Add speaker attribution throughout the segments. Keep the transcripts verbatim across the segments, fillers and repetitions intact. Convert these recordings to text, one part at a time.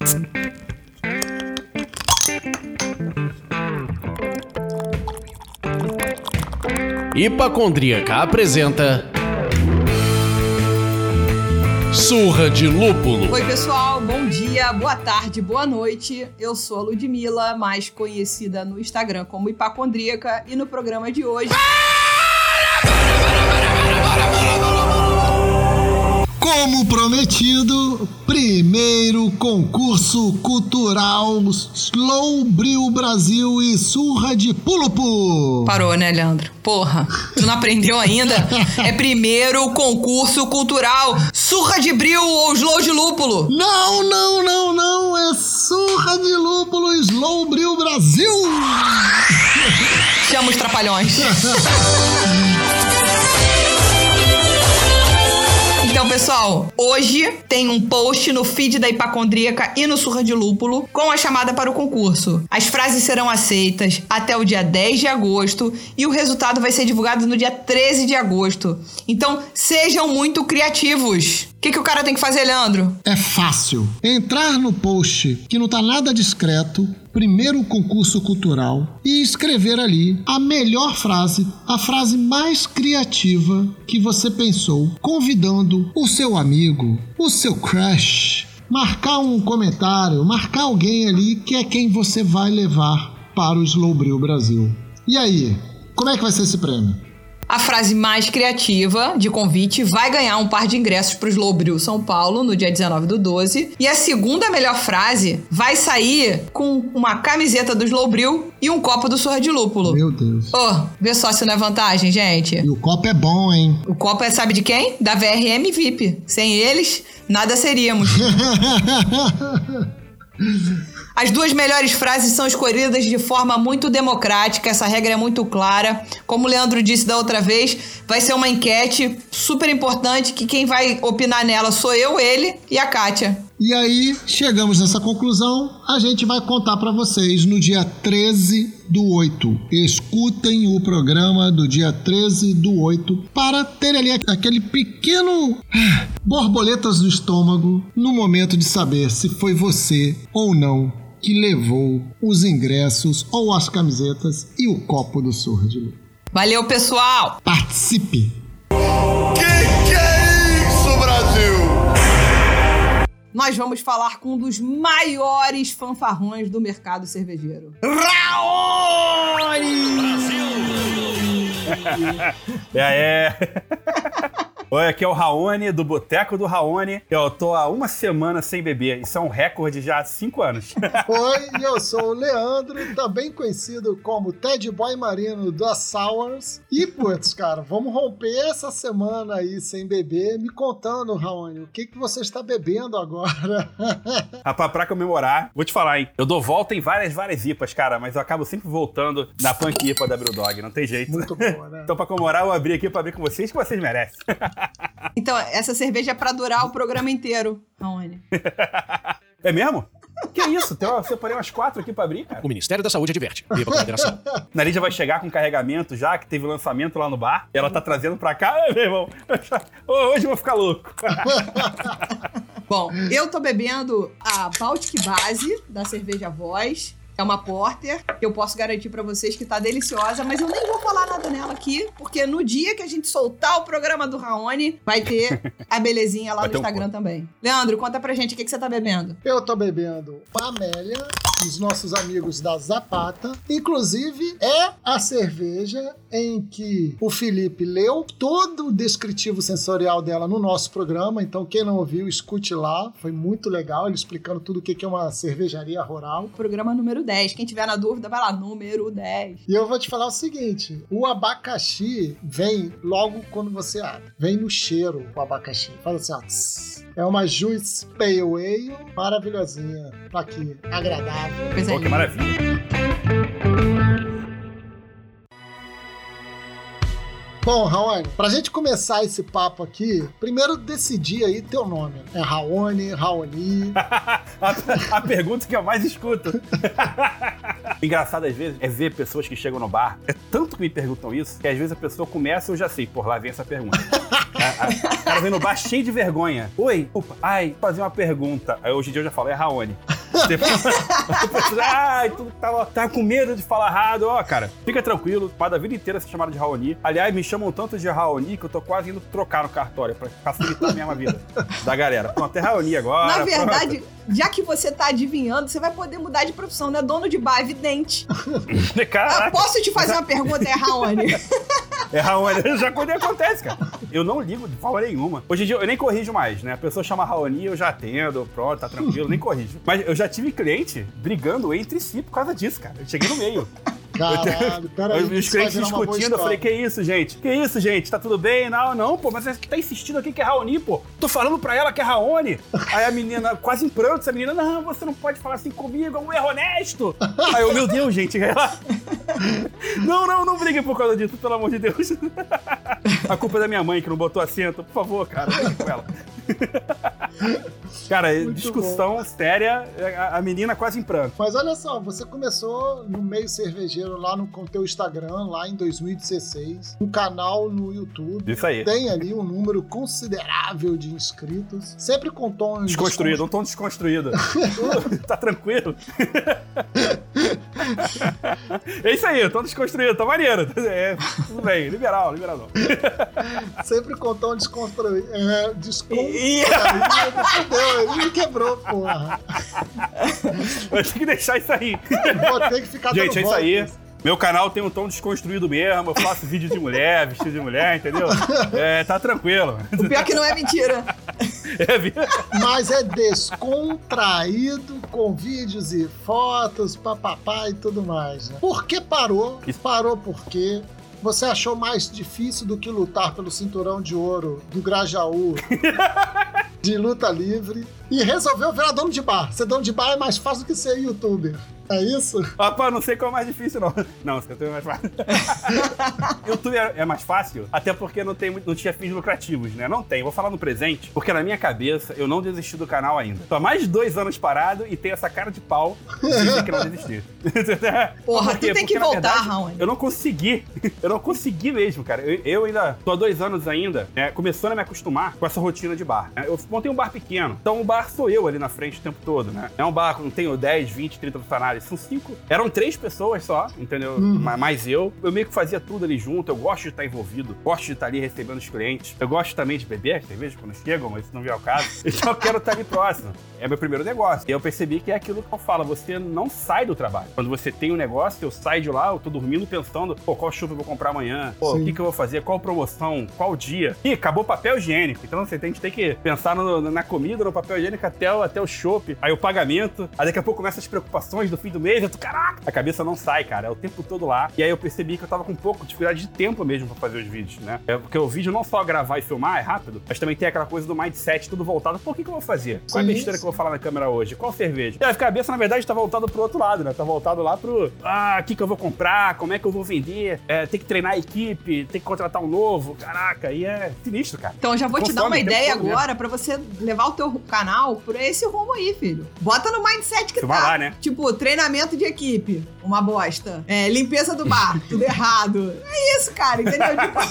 Speaker 1: Hipacondríaca apresenta Surra de Lúpulo.
Speaker 2: Oi, pessoal, bom dia, boa tarde, boa noite. Eu sou a Ludmilla, mais conhecida no Instagram como Hipacondríaca, e no programa de hoje...
Speaker 3: Como prometido, primeiro concurso cultural Slowbril Brasil e Surra de Pulupu.
Speaker 2: Parou, né, Leandro? Porra, tu não aprendeu ainda? É primeiro concurso cultural Surra de Bril ou Slow de Lúpulo.
Speaker 3: Não, não, não, não, é Surra de Lúpulo Slowbril Brasil.
Speaker 2: Chama os trapalhões. Então, pessoal, hoje tem um post no feed da Hipacondríaca e no Surra de Lúpulo com a chamada para o concurso. As frases serão aceitas até o dia dez de agosto e o resultado vai ser divulgado no dia treze de agosto. Então, sejam muito criativos. O que, que o cara tem que fazer, Leandro?
Speaker 3: É fácil. Entrar no post, que não tá nada discreto, primeiro concurso cultural, e escrever ali a melhor frase, a frase mais criativa que você pensou, convidando o seu amigo, o seu crush, marcar um comentário, marcar alguém ali que é quem você vai levar para o Slowbril Brasil. E aí, como é que vai ser esse prêmio?
Speaker 2: A frase mais criativa de convite vai ganhar um par de ingressos para o Slowbril São Paulo no dia dezenove do doze. E a segunda melhor frase vai sair com uma camiseta do Slowbril e um copo do Surra de Lúpulo.
Speaker 3: Meu Deus.
Speaker 2: Ô, oh, vê só se não é vantagem, gente.
Speaker 3: E o copo é bom, hein?
Speaker 2: O copo é, sabe de quem? Da V R M V I P. Sem eles, nada seríamos. As duas melhores frases são escolhidas de forma muito democrática, essa regra é muito clara. Como o Leandro disse da outra vez, vai ser uma enquete super importante que quem vai opinar nela sou eu, ele e a Kátia.
Speaker 3: E aí, chegamos nessa conclusão, a gente vai contar para vocês no dia treze do oito. Escutem o programa do dia treze do oito para ter ali aquele pequeno borboletas no estômago no momento de saber se foi você ou não que levou os ingressos ou as camisetas e o copo do Surra de Lúpulo.
Speaker 2: Valeu, pessoal!
Speaker 3: Participe!
Speaker 4: Que que é isso, Brasil?
Speaker 2: Nós vamos falar com um dos maiores fanfarrões do mercado cervejeiro.
Speaker 4: Raoni!
Speaker 5: E aí? Oi, aqui é o Raoni, do Boteco do Raoni. Eu tô há uma semana sem beber. Isso é um recorde já há cinco anos.
Speaker 6: Oi, eu sou o Leandro, também conhecido como Ted Boy Marino da Sours. E, putz, cara, vamos romper essa semana aí sem beber, me contando, Raoni, o que, que você está bebendo agora?
Speaker 5: Rapaz, pra comemorar, vou te falar, hein? Eu dou volta em várias, várias I P As, cara, mas eu acabo sempre voltando na Punk I P A da Brewdog, não tem jeito.
Speaker 6: Muito boa, né?
Speaker 5: Então, pra comemorar, eu abri aqui pra abrir com vocês, que vocês merecem.
Speaker 2: Então, essa cerveja é pra durar o programa inteiro, Raoni.
Speaker 5: É mesmo? Que isso? Eu separei umas quatro aqui pra abrir, cara.
Speaker 1: O Ministério da Saúde adverte. Beba com moderação.
Speaker 5: Nari já vai chegar com carregamento já, que teve lançamento lá no bar. E ela tá trazendo pra cá. Ai, meu irmão, hoje eu vou ficar louco.
Speaker 2: Bom, eu tô bebendo a Baltic Base, da Cerveja Voz. É uma porter, que eu posso garantir pra vocês que tá deliciosa, mas eu nem vou falar nada nela aqui, porque no dia que a gente soltar o programa do Raoni, vai ter a belezinha lá vai no Instagram um também. Leandro, conta pra gente o que, que você tá bebendo.
Speaker 6: Eu tô bebendo Amélia, dos nossos amigos da Zapata. Inclusive, é a cerveja em que o Felipe leu todo o descritivo sensorial dela no nosso programa, então quem não ouviu, escute lá. Foi muito legal, ele explicando tudo o que é uma cervejaria rural.
Speaker 2: Programa número dez. Quem tiver na dúvida, vai lá, número dez.
Speaker 6: E eu vou te falar o seguinte, o abacaxi vem logo quando você abre. Vem no cheiro o abacaxi. Fala assim, ó. Tss. É uma Juice Pale Ale maravilhosinha. Tá aqui, agradável.
Speaker 2: Pois é.
Speaker 5: Pô, que maravilha.
Speaker 6: Bom, Raoni, pra gente começar esse papo aqui, primeiro decidir aí teu nome. É Raoni, Raoni.
Speaker 5: a, a pergunta que eu mais escuto. Engraçado às vezes é ver pessoas que chegam no bar. É tanto que me perguntam isso, que às vezes a pessoa começa e eu já sei. Por lá vem essa pergunta. O cara vem no bar cheio de vergonha. Oi, opa, ai, fazer uma pergunta. Aí hoje em dia eu já falo, é Raoni. Ai, tu tava, tava com medo de falar errado. Ó, cara, fica tranquilo, pode a vida inteira ser chamado de Raoni. Aliás, me chamam tanto de Raoni que eu tô quase indo trocar no cartório pra facilitar a minha vida da galera. Pronto, é Raoni agora.
Speaker 2: Na verdade,
Speaker 5: pronto.
Speaker 2: Já que você tá adivinhando, você vai poder mudar de profissão, né? Dono de bar, evidente.
Speaker 5: Caraca.
Speaker 2: Ah, posso te fazer uma pergunta, é Raoni?
Speaker 5: É Raoni, já quando acontece, cara. Eu não ligo de forma nenhuma. Hoje em dia eu nem corrijo mais, né? A pessoa chama Raoni, eu já atendo, pronto, tá tranquilo, nem corrijo. Mas eu já tive cliente brigando entre si por causa disso, cara. Eu cheguei no meio.
Speaker 6: Caralho, peraí.
Speaker 5: Os clientes discutindo, eu falei, que isso, gente? Que isso, gente? Tá tudo bem? Não, não, pô, mas você tá insistindo aqui que é Raoni, pô. Tô falando pra ela que é Raoni. Aí a menina, quase em pranto, essa menina, não, você não pode falar assim comigo, é um erro honesto. Aí eu, meu Deus, gente, ela... Não, não, não briguem por causa disso, pelo amor de Deus. A culpa é da minha mãe que não botou assento. Por favor, cara, brigue com ela. Cara, muito discussão bom. Séria, a, a menina quase em pranto.
Speaker 6: Mas olha só, você começou no meio cervejeiro lá no, com teu Instagram, lá em dois mil e dezesseis, um canal no YouTube.
Speaker 5: Isso aí.
Speaker 6: Tem ali um número considerável de inscritos, sempre com tom...
Speaker 5: Desconstruído, desconstru... um tom desconstruído. uh, tá tranquilo? É isso aí, tom desconstruído, tá maneiro. É, tudo bem, liberal, liberal não.
Speaker 6: Sempre com tom desconstruído. É, desconstruído. Fudeu, ele me quebrou, porra.
Speaker 5: Eu tenho que deixar isso aí.
Speaker 6: Vou ter que ficar
Speaker 5: Gente, é isso aí.
Speaker 6: Isso.
Speaker 5: Meu canal tem um tom desconstruído mesmo, eu faço vídeo de mulher, vestido de mulher, entendeu? É, tá tranquilo.
Speaker 2: O pior é que não é mentira.
Speaker 5: É,
Speaker 6: mas é descontraído, com vídeos e fotos, papapá e tudo mais, né? Por que parou? Parou porque... Você achou mais difícil do que lutar pelo cinturão de ouro do Grajaú de luta livre e resolveu virar dono de bar. Ser dono de bar é mais fácil do que ser youtuber. É isso?
Speaker 5: Rapaz, não sei qual é mais difícil, não. Não, YouTube é mais fácil. YouTube é, é mais fácil, até porque não, tem, não tinha fins lucrativos, né? Não tem. Vou falar no presente, porque na minha cabeça eu não desisti do canal ainda. Tô há mais de dois anos parado e tenho essa cara de pau de dizer que não desisti.
Speaker 2: Porra, tu tem porque, que voltar, Raoni.
Speaker 5: Eu não consegui. Eu não consegui mesmo, cara. Eu, eu ainda tô há dois anos ainda, né, começando a me acostumar com essa rotina de bar. Né? Eu montei um bar pequeno. Então o bar sou eu ali na frente o tempo todo, né? É um bar que não tenho dez, vinte, trinta funcionários. São cinco. Eram três pessoas só, entendeu? Uhum. Mais eu. Eu meio que fazia tudo ali junto. Eu gosto de estar envolvido. Gosto de estar ali recebendo os clientes. Eu gosto também de beber cerveja quando chegam, mas isso não vier ao caso. Então eu quero estar ali próximo. É meu primeiro negócio. E eu percebi que é aquilo que eu falo. Você não sai do trabalho. Quando você tem um negócio, eu saio de lá, eu tô dormindo pensando, pô, qual chuva eu vou comprar amanhã? Pô, o que, que eu vou fazer? Qual promoção? Qual dia? Ih, acabou o papel higiênico. Então você tem, tem que pensar no, na comida, no papel higiênico até o, até o chopp. Aí o pagamento. Aí daqui a pouco começa as preocupações do fim do mês. Eu tô, caraca! A cabeça não sai, cara. É o tempo todo lá. E aí eu percebi que eu tava com um pouco de dificuldade de tempo mesmo pra fazer os vídeos, né? É porque o vídeo não só gravar e filmar é rápido, mas também tem aquela coisa do mindset tudo voltado. Pô, o que, que eu vou fazer? Qual é a besteira que eu vou falar na câmera hoje? Qual cerveja? E a cabeça, na verdade, tá voltado pro outro lado, né? Tá voltado lá pro... Ah, o que, que eu vou comprar? Como é que eu vou vender? É, tem que treinar a equipe, tem que contratar um novo. Caraca, aí é sinistro, cara.
Speaker 2: Então, já vou te dar uma ideia agora pra você levar o teu canal por esse rumo aí, filho. Bota no mindset que
Speaker 5: tá. Lá, né?
Speaker 2: Tipo, treinamento de equipe, uma bosta. É, limpeza do bar, tudo errado. É isso, cara, entendeu?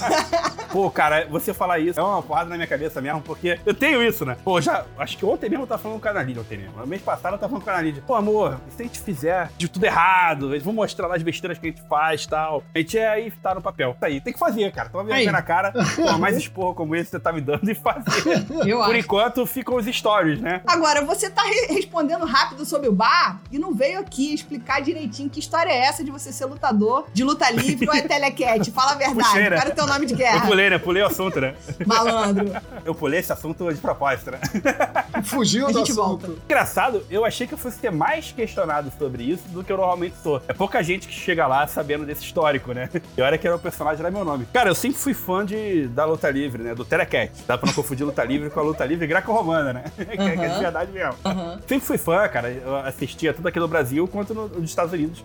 Speaker 5: Pô, cara, você falar isso é uma porrada na minha cabeça mesmo, porque eu tenho isso, né? Pô, já, acho que ontem mesmo eu tava falando com o Canalide, ontem mesmo. No mês passado eu tava falando com o Canalide. Pô, amor, se a gente fizer de tudo errado, eles vão mostrar lá as besteiras que a gente faz e tal. A gente é aí, tá no papel. Isso aí, tem que fazer, cara. Toma vergonha na cara. Pô, mais esporro como esse você tá me dando e fazer.
Speaker 2: Eu
Speaker 5: Por
Speaker 2: acho.
Speaker 5: enquanto, ficam os stories, né?
Speaker 2: Agora, você tá re- respondendo rápido sobre o bar e não veio aqui explicar direitinho que história é essa de você ser lutador de luta livre ou é telecat. Fala a verdade.
Speaker 5: Puxei, né?
Speaker 2: Quero o teu nome de guerra.
Speaker 5: Eu pulei, né? Pulei o assunto, né?
Speaker 2: Malandro.
Speaker 5: Eu pulei esse assunto de propósito, né?
Speaker 6: Fugiu
Speaker 2: A
Speaker 6: do
Speaker 2: gente
Speaker 6: assunto.
Speaker 2: volta.
Speaker 5: Engraçado, eu achei que eu fosse ser mais questionado sobre isso do que eu normalmente sou. É pouca gente que chega lá sabendo desse histórico, né? E olha que era o personagem, era meu nome. Cara, eu sempre fui fã de, da luta livre, né? Do telecat. Dá pra não confundir luta livre com a luta livre greco-romana, né? Uhum. Que é de verdade mesmo. Uhum. Sempre fui fã, cara. Eu assistia tudo aqui no Brasil quanto no, nos Estados Unidos, que é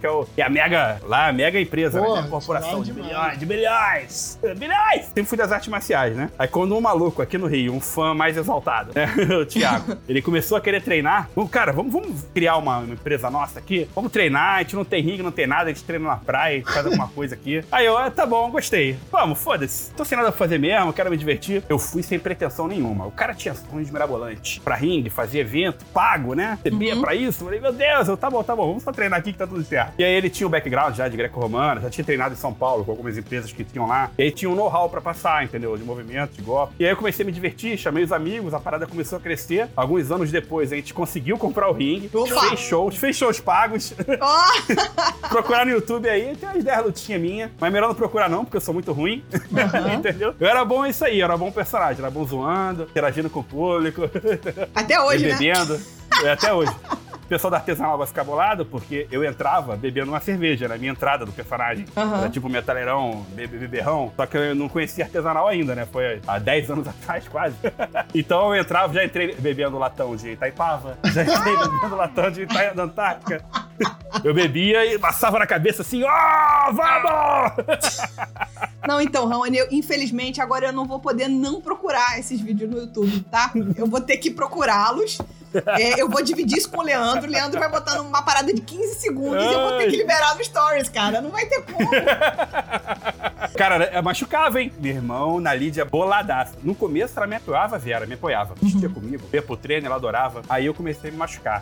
Speaker 5: é, o, que é a mega, lá, a mega empresa,
Speaker 6: Pô,
Speaker 5: né? Corporação de
Speaker 6: demais.
Speaker 5: bilhões, de bilhões, bilhões. Sempre fui das artes marciais, né? Aí quando um maluco aqui no Rio, um fã mais exaltado, né? O Thiago, ele começou a querer treinar. Vamos, cara, vamos, vamos criar uma, uma empresa nossa aqui? Vamos treinar, a gente não tem ringue, não tem nada, a gente treina na praia, a gente faz alguma coisa aqui. Aí eu, ah, tá bom, gostei. Vamos, foda-se. Tô sem nada pra fazer mesmo, quero me divertir. Eu fui sem pretensão nenhuma. O cara tinha sonhos mirabolantes pra ringue, fazer evento, pago, né? Recebia
Speaker 2: Uhum.
Speaker 5: pra isso. Eu falei, meu Deus, eu, tá bom, tá bom, vamos só treinar aqui que tá tudo certo. E aí ele tinha o background já de greco-romano, já tinha treinado em São Paulo com algumas empresas que tinham lá. E aí tinha um know-how pra passar, entendeu? De movimento, de golpe. E aí eu comecei a me divertir, chamei os amigos, a parada começou a crescer. Alguns anos depois a gente conseguiu comprar o ringue,
Speaker 2: Opa!
Speaker 5: fez shows, fez shows pagos.
Speaker 2: Ó,
Speaker 5: Procurar no YouTube aí, tem umas ideias lutinhas minhas, mas melhor não procurar não, porque eu sou muito ruim.
Speaker 2: Uhum.
Speaker 5: Entendeu? Eu era bom isso aí, eu era bom personagem, era bom zoando, interagindo com o público,
Speaker 2: até hoje, né?
Speaker 5: bebendo, é, até hoje. O pessoal da Artesanal vai ficar bolado, porque eu entrava bebendo uma cerveja na minha entrada do personagem.
Speaker 2: Uhum.
Speaker 5: Era tipo metaleirão, bebe, beberrão. Só que eu não conhecia Artesanal ainda, né? Foi há dez anos atrás, quase. Então eu entrava, já entrei bebendo latão de Itaipava, já entrei bebendo latão de Ita... da Antártica. Eu bebia e passava na cabeça assim, ó, oh, vamos!
Speaker 2: Não, então, Raoni, eu, infelizmente agora eu não vou poder não procurar esses vídeos no YouTube, tá? Eu vou ter que procurá-los. É, eu vou dividir isso com o Leandro. O Leandro vai botar numa parada de quinze segundos e eu vou ter que liberar no Stories, cara. Não vai ter como.
Speaker 5: Cara, é machucava, hein? Meu irmão, na Lídia, boladaço. No começo, ela me apoiava, Vera, me apoiava. Assistia comigo, ia pro treino, ela adorava. Aí eu comecei a me machucar.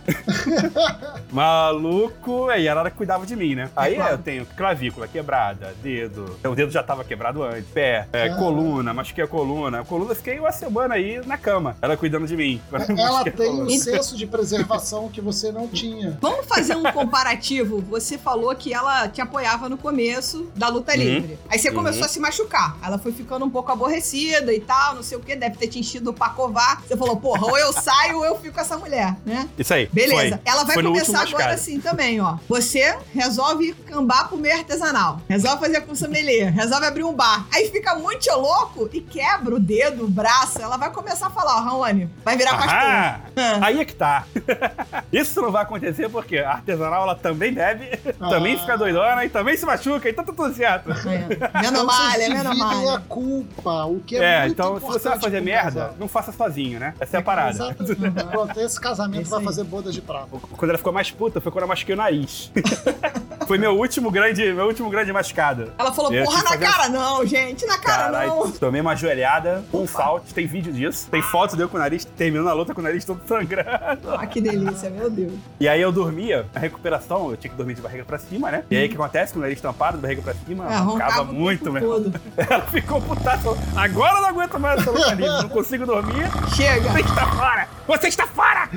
Speaker 5: Maluco, aí ela cuidava de mim, né? Aí
Speaker 6: claro.
Speaker 5: eu tenho clavícula quebrada, dedo. O dedo já tava quebrado antes. Pé, é,
Speaker 6: Ah.
Speaker 5: coluna, machuquei a coluna. A coluna, fiquei uma semana aí na cama. Ela cuidando de mim.
Speaker 6: Ela
Speaker 5: Machuquei a
Speaker 6: tem
Speaker 5: coluna.
Speaker 6: um senso de preservação que você não tinha.
Speaker 2: Vamos fazer um comparativo. Você falou que ela te apoiava no começo da luta
Speaker 5: Uhum.
Speaker 2: livre. Aí você começou
Speaker 5: Uhum.
Speaker 2: a se machucar. Ela foi ficando um pouco aborrecida e tal, não sei o quê. Deve ter te enchido pra covar. Você falou, porra, ou eu saio ou eu fico com essa mulher, né?
Speaker 5: Isso aí.
Speaker 2: Beleza.
Speaker 5: Foi.
Speaker 2: Ela vai
Speaker 5: Foi no
Speaker 2: começar
Speaker 5: último
Speaker 2: agora
Speaker 5: machucado.
Speaker 2: assim também, ó. Você resolve cambar pro meio artesanal. Resolve fazer com sommelier. Resolve abrir um bar. Aí fica muito louco e quebra o dedo, o braço. Ela vai começar a falar, ó, Raoni, vai virar
Speaker 5: Ah,
Speaker 2: pastor.
Speaker 5: aí é que tá. Isso não vai acontecer porque a artesanal, ela também bebe,
Speaker 6: Ah.
Speaker 5: também fica doidona e também se machuca, então tá tudo certo.
Speaker 2: É. Menos
Speaker 6: Então
Speaker 2: malha,
Speaker 6: vocês
Speaker 2: menos
Speaker 6: dividem
Speaker 2: malha.
Speaker 6: a culpa, o que é,
Speaker 5: É,
Speaker 6: muito
Speaker 5: então se
Speaker 6: importante
Speaker 5: você vai fazer
Speaker 6: pra um
Speaker 5: merda,
Speaker 6: casal.
Speaker 5: não faça sozinho, né? Essa é a parada.
Speaker 6: Exatamente. Pronto, esse casamento
Speaker 2: Isso
Speaker 6: vai
Speaker 2: aí.
Speaker 6: fazer bodas de prata.
Speaker 5: Quando ela ficou mais puta, foi quando eu machuquei o nariz. Foi meu último grande, meu último grande machucado.
Speaker 2: Ela falou,
Speaker 5: Eu
Speaker 2: porra,
Speaker 5: tive
Speaker 2: na
Speaker 5: que fazer-
Speaker 2: cara não, gente, na cara
Speaker 5: Caralho,
Speaker 2: não.
Speaker 5: tomei uma joelhada, um falte, tem vídeo disso. Tem foto deu com o nariz, terminando a luta com o nariz todo sangrando.
Speaker 2: Ah, que delícia, meu Deus.
Speaker 5: E aí eu dormia, a recuperação, eu tinha que dormir de barriga pra cima, né? E aí o que acontece? Com o nariz tampado, de barriga pra cima,
Speaker 2: É,
Speaker 5: arrancava
Speaker 2: roncava o
Speaker 5: muito,
Speaker 2: tempo
Speaker 5: meu.
Speaker 2: todo.
Speaker 5: Ela ficou putaça, falou, agora eu não aguento mais essa luta livre, não consigo dormir,
Speaker 2: Chega.
Speaker 5: você está fora! Você está fora!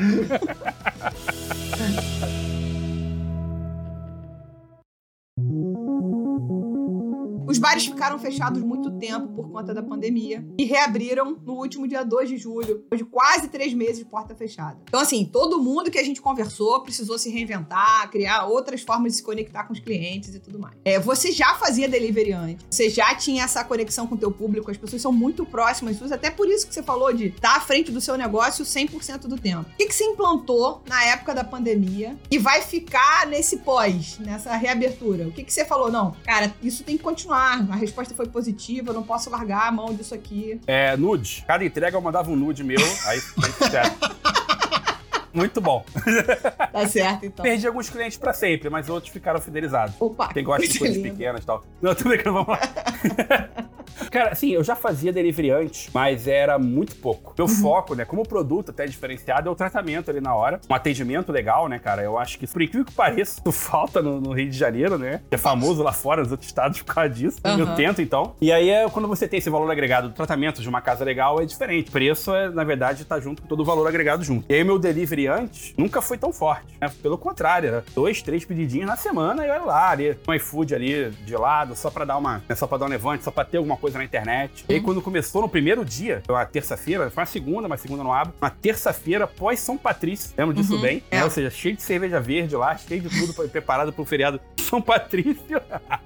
Speaker 2: Os bares ficaram fechados muito tempo por conta da pandemia e reabriram no último dia dois de julho, depois de quase três meses de porta fechada. Então, assim, todo mundo que a gente conversou precisou se reinventar, criar outras formas de se conectar com os clientes e tudo mais. É, você já fazia delivery antes, você já tinha essa conexão com o teu público, as pessoas são muito próximas suas, até por isso que você falou de estar à frente do seu negócio cem por cento do tempo. O que, que você implantou na época da pandemia e vai ficar nesse pós, nessa reabertura? O que, que você falou? Não, cara, isso tem que continuar. A resposta foi positiva, eu não posso largar a mão disso aqui.
Speaker 5: É, nude. Cada entrega eu mandava um nude meu, aí... aí muito bom.
Speaker 2: Tá certo, então.
Speaker 5: Perdi alguns clientes pra sempre, mas outros ficaram fidelizados.
Speaker 2: Opa,
Speaker 5: Quem gosta de
Speaker 2: coisa
Speaker 5: coisas
Speaker 2: linda.
Speaker 5: pequenas e tal. Não, tô brincando, vamos lá. Cara, assim, eu já fazia delivery antes, mas era muito pouco. Meu
Speaker 2: Uhum.
Speaker 5: foco, né, como produto até diferenciado, é o tratamento ali na hora. Um atendimento legal, né, cara? Eu acho que, por incrível que pareça, isso falta no, no Rio de Janeiro, né? É famoso lá fora, nos outros estados, por causa disso.
Speaker 2: Uhum.
Speaker 5: Eu tento, então. E aí, é, quando você tem esse valor agregado do tratamento de uma casa legal, é diferente. O preço, é, na verdade, tá junto com todo o valor agregado junto. E aí, meu delivery antes nunca foi tão forte, né? Pelo contrário, era dois, três pedidinhos na semana e olha lá, ali, um iFood ali de lado, só pra dar uma, né, só pra dar um levante, só pra ter alguma coisa na internet. E aí, quando começou no primeiro dia, uma terça-feira, foi uma segunda, mas segunda não abre, uma terça-feira pós São Patrício, lembro disso
Speaker 2: Uhum.
Speaker 5: bem,
Speaker 2: É.
Speaker 5: né? Ou seja, cheio de cerveja verde lá, cheio de tudo pra- preparado pro feriado de São Patrício.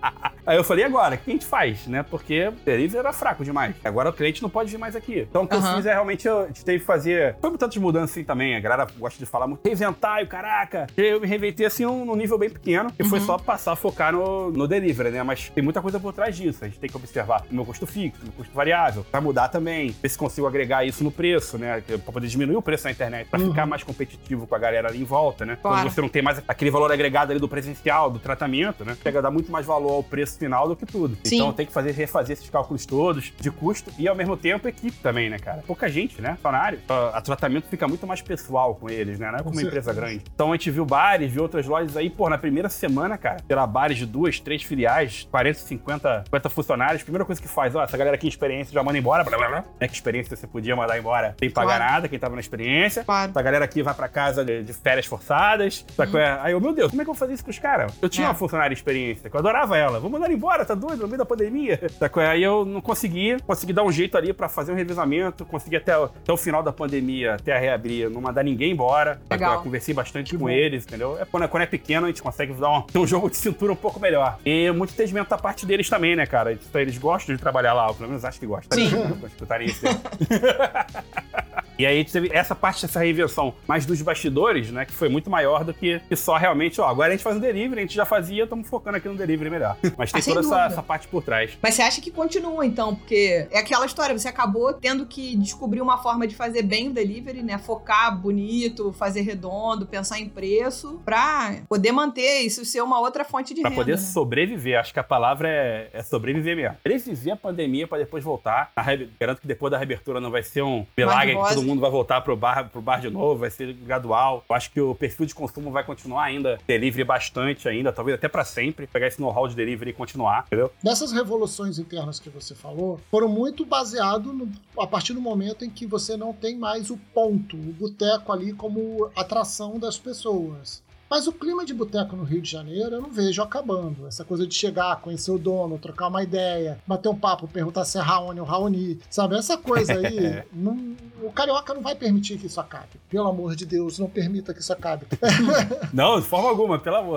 Speaker 5: Aí eu falei, agora, o que a gente faz, né? Porque o delivery era fraco demais. Agora o cliente não pode vir mais aqui. Então o que uhum. eu fiz é realmente, eu, a gente teve que fazer... Foi tantas mudanças assim também, a galera gosta de falar muito, reinventar, e caraca. Eu me reinventei assim num, num nível bem pequeno, que uhum. foi só passar a focar no, no delivery, né? Mas tem muita coisa por trás disso. A gente tem que observar o meu custo fixo, o meu custo variável, vai mudar também, ver se consigo agregar isso no preço, né? Pra poder diminuir o preço na internet, pra uhum. ficar mais competitivo com a galera ali em volta, né? Claro. Quando você não tem mais aquele valor agregado ali do presencial, do tratamento, né? Chega a dar muito mais valor ao preço final do que tudo. Sim. Então tem que fazer, refazer esses cálculos todos de custo e ao mesmo tempo equipe também, né, cara? Pouca gente, né? Funcionário. O tratamento fica muito mais pessoal com eles, né? Não é como uma empresa grande. Então a gente viu bares, viu outras lojas aí, pô, na primeira semana, cara, pela bares de duas, três filiais, quarenta, cinquenta, cinquenta funcionários, primeira coisa que faz, ó, essa galera aqui em experiência já manda embora, blá blá blá. É que experiência você podia mandar embora sem pagar claro. nada, quem tava na experiência. Claro. Essa galera aqui vai pra casa de, de férias forçadas. Hum. Aí eu, meu Deus, como é que eu vou fazer isso com os caras? Eu tinha é. uma funcionária de experiência, que eu adorava ela. Vou mandar embora, tá doido? No meio da pandemia. Aí eu não consegui, consegui dar um jeito ali pra fazer um revezamento, consegui até, até o final da pandemia, até a reabrir, não mandar ninguém embora. Legal. Eu conversei bastante que com bom. eles, entendeu? É, quando, quando é pequeno, a gente consegue dar um, ter um jogo de cintura um pouco melhor. E muito entendimento da parte deles também, né, cara? Eles gostam de trabalhar lá, ou pelo menos acho que gostam. Sim. Pra escutarem isso. E aí teve essa parte dessa reinvenção mais dos bastidores, né? Que foi muito maior do que, que só realmente, ó, agora a gente faz um delivery, a gente já fazia, estamos focando aqui no delivery melhor. Mas tem ah, toda essa, essa parte por trás.
Speaker 2: Mas você acha que continua, então? Porque é aquela história, você acabou tendo que descobrir uma forma de fazer bem o delivery, né? Focar bonito, fazer redondo, pensar em preço, pra poder manter isso ser uma outra fonte de
Speaker 5: pra
Speaker 2: renda.
Speaker 5: Pra poder
Speaker 2: né?
Speaker 5: sobreviver. Acho que a palavra é, é sobreviver mesmo. Sobreviver a pandemia pra depois voltar. Re... Garanto que depois da reabertura não vai ser um milagre que todo mundo vai voltar pro bar, pro bar de novo, vai ser gradual. Eu acho que o perfil de consumo vai continuar ainda, delivery bastante ainda, talvez até pra sempre, pegar esse know-how de delivery e continuar, entendeu?
Speaker 6: Nessas revoluções internas que você falou, foram muito baseados a partir do momento em que você não tem mais o ponto, o boteco ali como atração das pessoas. Mas o clima de boteco no Rio de Janeiro eu não vejo acabando. Essa coisa de chegar, conhecer o dono, trocar uma ideia, bater um papo, perguntar se é Raoni ou Raoni, sabe? Essa coisa aí, não, o carioca não vai permitir que isso acabe. Pelo amor de Deus, não permita que isso acabe.
Speaker 5: Não, de forma alguma, pelo amor.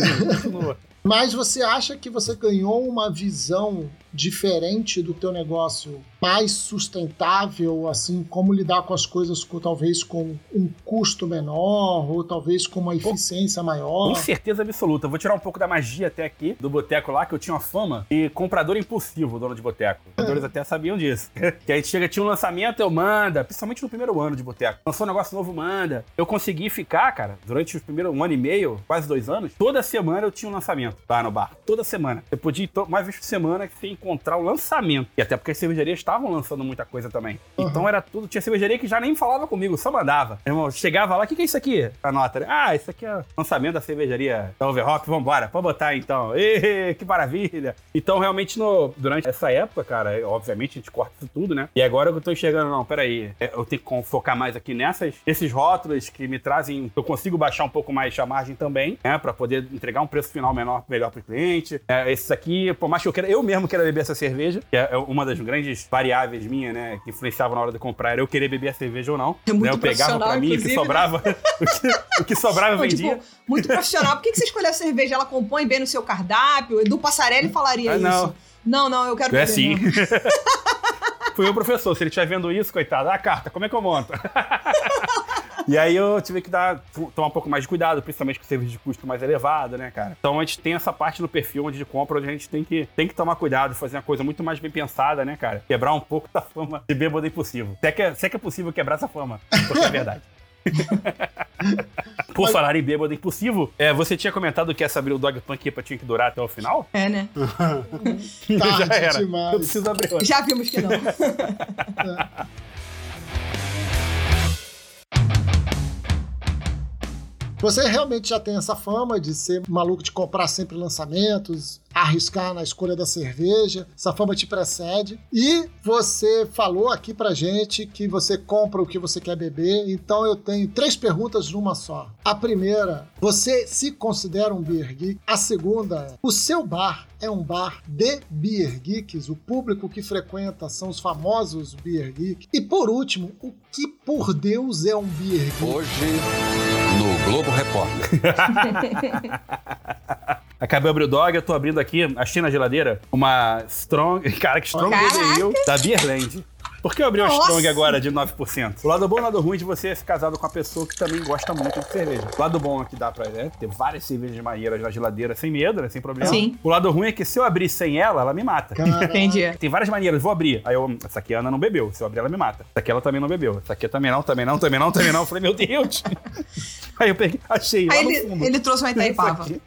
Speaker 6: Mas você acha que você ganhou uma visão diferente do teu negócio, mais sustentável, assim, como lidar com as coisas com, talvez com um custo menor, ou talvez com uma eficiência maior?
Speaker 5: Com certeza absoluta. Eu vou tirar um pouco da magia até aqui, do boteco lá, que eu tinha uma fama de comprador impulsivo, dono de boteco. Os compradores até sabiam disso. Que aí chega, tinha um lançamento, eu manda, principalmente no primeiro ano de boteco. Lançou um negócio novo, manda. Eu consegui ficar, cara, durante os primeiros um ano e meio, quase dois anos, toda semana eu tinha um lançamento lá no bar. Toda semana. Eu podia ir to- mais vezes por semana que você encontrar o lançamento. E até porque as cervejarias estavam lançando muita coisa também. Uhum. Então era tudo. Tinha cervejaria que já nem falava comigo, só mandava. Irmão, chegava lá, o que, que é isso aqui? A nota, né? Ah, isso aqui é o lançamento da cervejaria da Overhop. Vambora, pode botar então. Ê, que maravilha. Então, realmente, no, durante essa época, cara, obviamente a gente corta isso tudo, né? E agora eu tô enxergando, não, peraí, eu tenho que focar mais aqui nessas, esses rótulos que me trazem, eu consigo baixar um pouco mais a margem também, né? Pra poder entregar um preço final menor, melhor pro cliente. É, esses aqui, por mais que eu queira, eu mesmo quero beber essa cerveja, que é uma das grandes variáveis minhas, né? Que influenciava na hora de comprar, era eu querer beber a cerveja ou não.
Speaker 2: É muito
Speaker 5: né? Eu pegava pra mim, o que sobrava, né? o, que, o que sobrava eu vendia.
Speaker 2: Tipo, muito profissional. Por que, que você escolheu a cerveja? Ela compõe bem no seu cardápio? Edu Passarelli falaria ah, não. isso. Não, não, eu quero
Speaker 5: é
Speaker 2: beber.
Speaker 5: É sim. Fui eu, professor. Se ele estiver vendo isso, coitado, ah, carta, como é que eu monto? E aí eu tive que dar, tomar um pouco mais de cuidado, principalmente com serviço de custo mais elevado, né, cara? Então a gente tem essa parte no perfil onde de compra, onde a gente tem que, tem que tomar cuidado, fazer uma coisa muito mais bem pensada, né, cara? Quebrar um pouco da fama de bêbado impossível. Se é que é, se é, que é possível quebrar essa fama, porque é verdade. Por falar em bêbado impossível, é, você tinha comentado que essa abrir o Dog Punk Ipa tinha que durar até o final?
Speaker 2: É, né?
Speaker 5: Já era. Demais. Eu preciso abrir outra.
Speaker 2: Já vimos que não. É.
Speaker 6: Você realmente já tem essa fama de ser maluco de comprar sempre lançamentos, arriscar na escolha da cerveja, essa fama te precede. E você falou aqui pra gente que você compra o que você quer beber, então eu tenho três perguntas numa só. A primeira, você se considera um beer geek? A segunda, o seu bar é um bar de beer geeks? O público que frequenta são os famosos beer geeks? E por último, o que por Deus é um beer geek?
Speaker 7: Hoje, no Globo Repórter.
Speaker 5: Acabei de abrir o dog, eu tô abrindo aqui, achei na geladeira, uma Strong... Cara, que Strong Golden Ale da Beerland. Por que eu abri uma
Speaker 2: Nossa.
Speaker 5: Strong agora de nove por cento? O lado bom e o lado ruim de você ser casado com uma pessoa que também gosta muito de cerveja. O lado bom é que dá pra né, ter várias cervejas maneiras na geladeira sem medo, né, sem problema.
Speaker 2: Sim.
Speaker 5: O lado ruim é que se eu abrir sem ela, ela me mata.
Speaker 6: Caraca.
Speaker 2: Entendi.
Speaker 5: Tem várias maneiras, vou abrir. Aí eu, essa aqui a Ana não bebeu. Se eu abrir, ela me mata. Essa aqui ela também não bebeu. Essa aqui também não, também não, também não, também não. Eu falei, meu Deus. Aí eu peguei, achei lá
Speaker 2: Aí
Speaker 5: no
Speaker 2: ele,
Speaker 5: fundo.
Speaker 2: ele trouxe uma Itaipava.
Speaker 5: Isso aqui.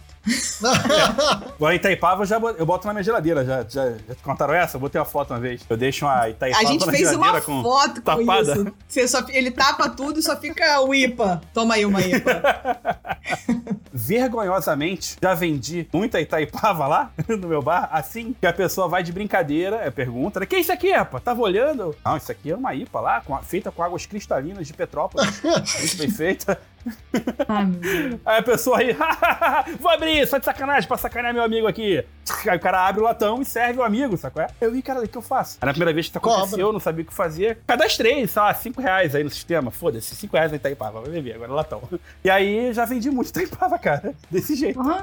Speaker 5: Bom, a Itaipava eu, já boto, eu boto na minha geladeira. Já, já, já te contaram essa? Eu botei uma foto uma vez. Eu deixo uma Itaipava
Speaker 2: A gente
Speaker 5: na
Speaker 2: fez
Speaker 5: geladeira
Speaker 2: uma
Speaker 5: com
Speaker 2: foto com
Speaker 5: tapada.
Speaker 2: isso. Você só, ele tapa tudo e só fica o I P A. Toma aí uma I P A.
Speaker 5: Vergonhosamente, já vendi muita Itaipava lá no meu bar, assim que a pessoa vai de brincadeira, é, pergunta, né? Que isso aqui, rapaz? Tava olhando? Não, isso aqui é uma I P A lá, com a, feita com águas cristalinas de Petrópolis. Muito bem feita.
Speaker 2: Ai, meu Deus.
Speaker 5: Aí a pessoa aí, vou abrir, só de sacanagem, pra sacanear meu amigo aqui. Aí o cara abre o latão e serve o amigo, sacou? Eu vi, cara, o que eu faço? Aí na primeira vez que isso aconteceu,
Speaker 6: Cobra.
Speaker 5: eu não sabia o que fazer. Cadastrei, sei lá, cinco reais aí no sistema. Foda-se, cinco reais na Itaipava, vai beber, agora é latão. E aí já vendi muito Itaipava, cara, desse jeito.
Speaker 2: Uhum.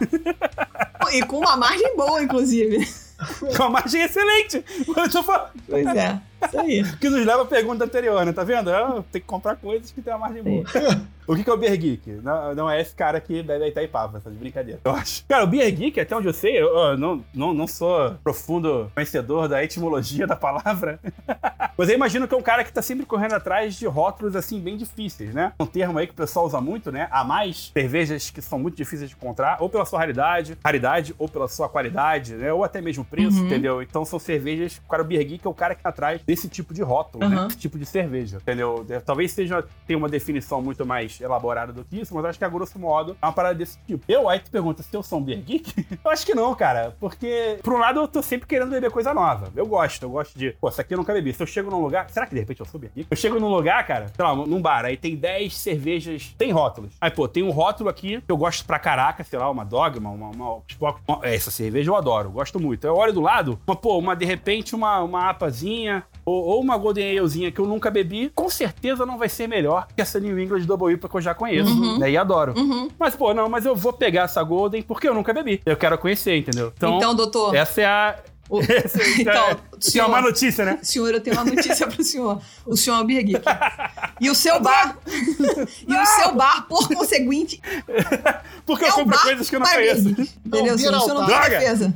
Speaker 2: E com uma margem boa, inclusive.
Speaker 5: Com uma margem excelente. Eu tô falando.
Speaker 2: Pois é, isso aí.
Speaker 5: Que nos leva à pergunta anterior, né? Tá vendo? Eu tenho que comprar coisas que tem uma margem boa. O que que é o Beer Geek? Não, não é esse cara que bebe a Itaipava, essa de brincadeira, eu acho. Cara, o Beer Geek, até onde eu sei, eu, eu não, não, não sou profundo conhecedor da etimologia da palavra. Mas eu imagino que é um cara que tá sempre correndo atrás de rótulos, assim, bem difíceis, né? Um termo aí que o pessoal usa muito, né? A mais cervejas que são muito difíceis de encontrar, ou pela sua raridade, raridade, ou pela sua qualidade, né? Ou até mesmo preço,
Speaker 2: Uhum.
Speaker 5: entendeu? Então são cervejas, o cara, o Beer Geek é o cara que tá atrás desse tipo de rótulo,
Speaker 2: Uhum.
Speaker 5: né? Esse tipo de cerveja, entendeu? Talvez seja, tenha uma definição muito mais elaborada do que isso, mas acho que a grosso modo é uma parada desse tipo. Eu, aí tu pergunta se eu sou um Beer Geek? Eu acho que não, cara, porque por um lado eu tô sempre querendo beber coisa nova. Eu gosto, eu gosto de, pô, essa aqui eu nunca bebi. Se eu chego num lugar, será que de repente eu sou Beer Geek? Eu chego num lugar, cara, sei lá, num bar, aí tem dez cervejas, tem rótulos. Aí, pô, tem um rótulo aqui que eu gosto pra caraca, sei lá, uma Dogma, uma, uma, uma, uma essa cerveja eu adoro, eu gosto muito. Eu olho do lado, uma, pô, uma, de repente, uma, uma apazinha, ou, ou uma Golden Alezinha que eu nunca bebi, com certeza não vai ser melhor que essa New England Double I P A que eu já conheço,
Speaker 2: Uhum.
Speaker 5: né, e adoro.
Speaker 2: Uhum.
Speaker 5: Mas, pô, não, mas eu vou pegar essa Golden porque eu nunca bebi. Eu quero conhecer, entendeu? Então,
Speaker 2: Então, doutor,
Speaker 5: essa é a...
Speaker 2: o-
Speaker 5: essa é-
Speaker 2: então,
Speaker 5: é- tem
Speaker 2: senhor-
Speaker 5: uma má notícia, né?
Speaker 2: senhor, eu tenho uma notícia pro senhor. O senhor é um Beer Geek. E o seu bar... e o seu bar, por conseguinte,
Speaker 5: Porque
Speaker 2: é
Speaker 5: eu
Speaker 2: um
Speaker 5: compro
Speaker 2: bar
Speaker 5: coisas que eu não
Speaker 2: para
Speaker 5: conheço.
Speaker 2: Beer Geek. Entendeu?
Speaker 6: Não,
Speaker 2: senhor? O senhor não tem
Speaker 5: Droga!
Speaker 2: defesa.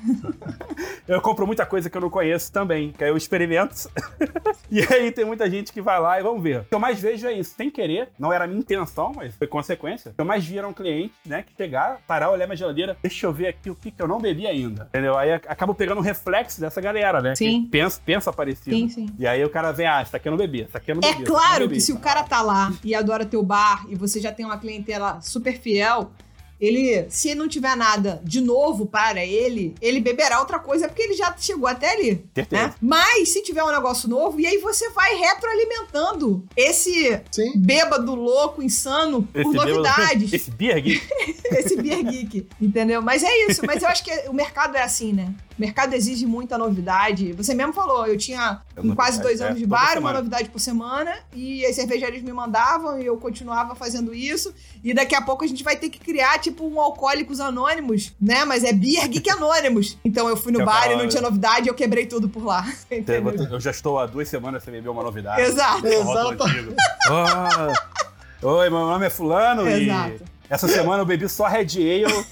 Speaker 5: Eu compro muita coisa que eu não conheço também, que aí eu experimento. E aí tem muita gente que vai lá e vamos ver. O que eu mais vejo é isso, sem querer, não era a minha intenção, mas foi consequência. O que eu mais vi era um cliente, né, que chegar, parar, olhar minha geladeira, deixa eu ver aqui o que, que eu não bebi ainda, entendeu? Aí acabo pegando um reflexo dessa galera, né?
Speaker 2: Sim.
Speaker 5: Que pensa, pensa parecido.
Speaker 2: Sim, sim.
Speaker 5: E aí o cara vem, ah, essa aqui eu não bebi, essa aqui eu não
Speaker 2: É
Speaker 5: bebi. essa aqui eu
Speaker 2: claro
Speaker 5: não bebi.
Speaker 2: que se o cara tá lá e adora teu bar e você já tem uma clientela super fiel, ele, se não tiver nada de novo para ele, ele beberá outra coisa porque ele já chegou até ali.
Speaker 5: Certeza.
Speaker 2: Né? Mas se tiver um negócio novo, e aí você vai retroalimentando esse
Speaker 6: Sim.
Speaker 2: bêbado louco, insano, por
Speaker 5: Esse bêbado-
Speaker 2: novidades.
Speaker 5: Esse beer geek.
Speaker 2: Esse beer geek, entendeu? Mas é isso, mas eu acho que o mercado é assim, né? O mercado exige muita novidade. Você mesmo falou, eu tinha
Speaker 5: É
Speaker 2: em quase
Speaker 5: novidade,
Speaker 2: dois
Speaker 5: é,
Speaker 2: anos de
Speaker 5: toda
Speaker 2: bar, uma
Speaker 5: semana.
Speaker 2: novidade por semana, e as cervejarias me mandavam e eu continuava fazendo isso. E daqui a pouco a gente vai ter que criar, tipo, um Alcoólicos Anônimos, né? Mas é Beer Geek Anônimos. Então eu fui no
Speaker 5: Eu
Speaker 2: bar e
Speaker 5: falava-
Speaker 2: não tinha novidade, eu quebrei tudo por lá. Entendeu?
Speaker 5: Eu já estou há duas semanas sem beber uma novidade.
Speaker 2: Exato.
Speaker 5: Rótulo antigo. Ah, oi, meu nome é fulano
Speaker 2: Exato.
Speaker 5: e essa semana eu bebi só Red Ale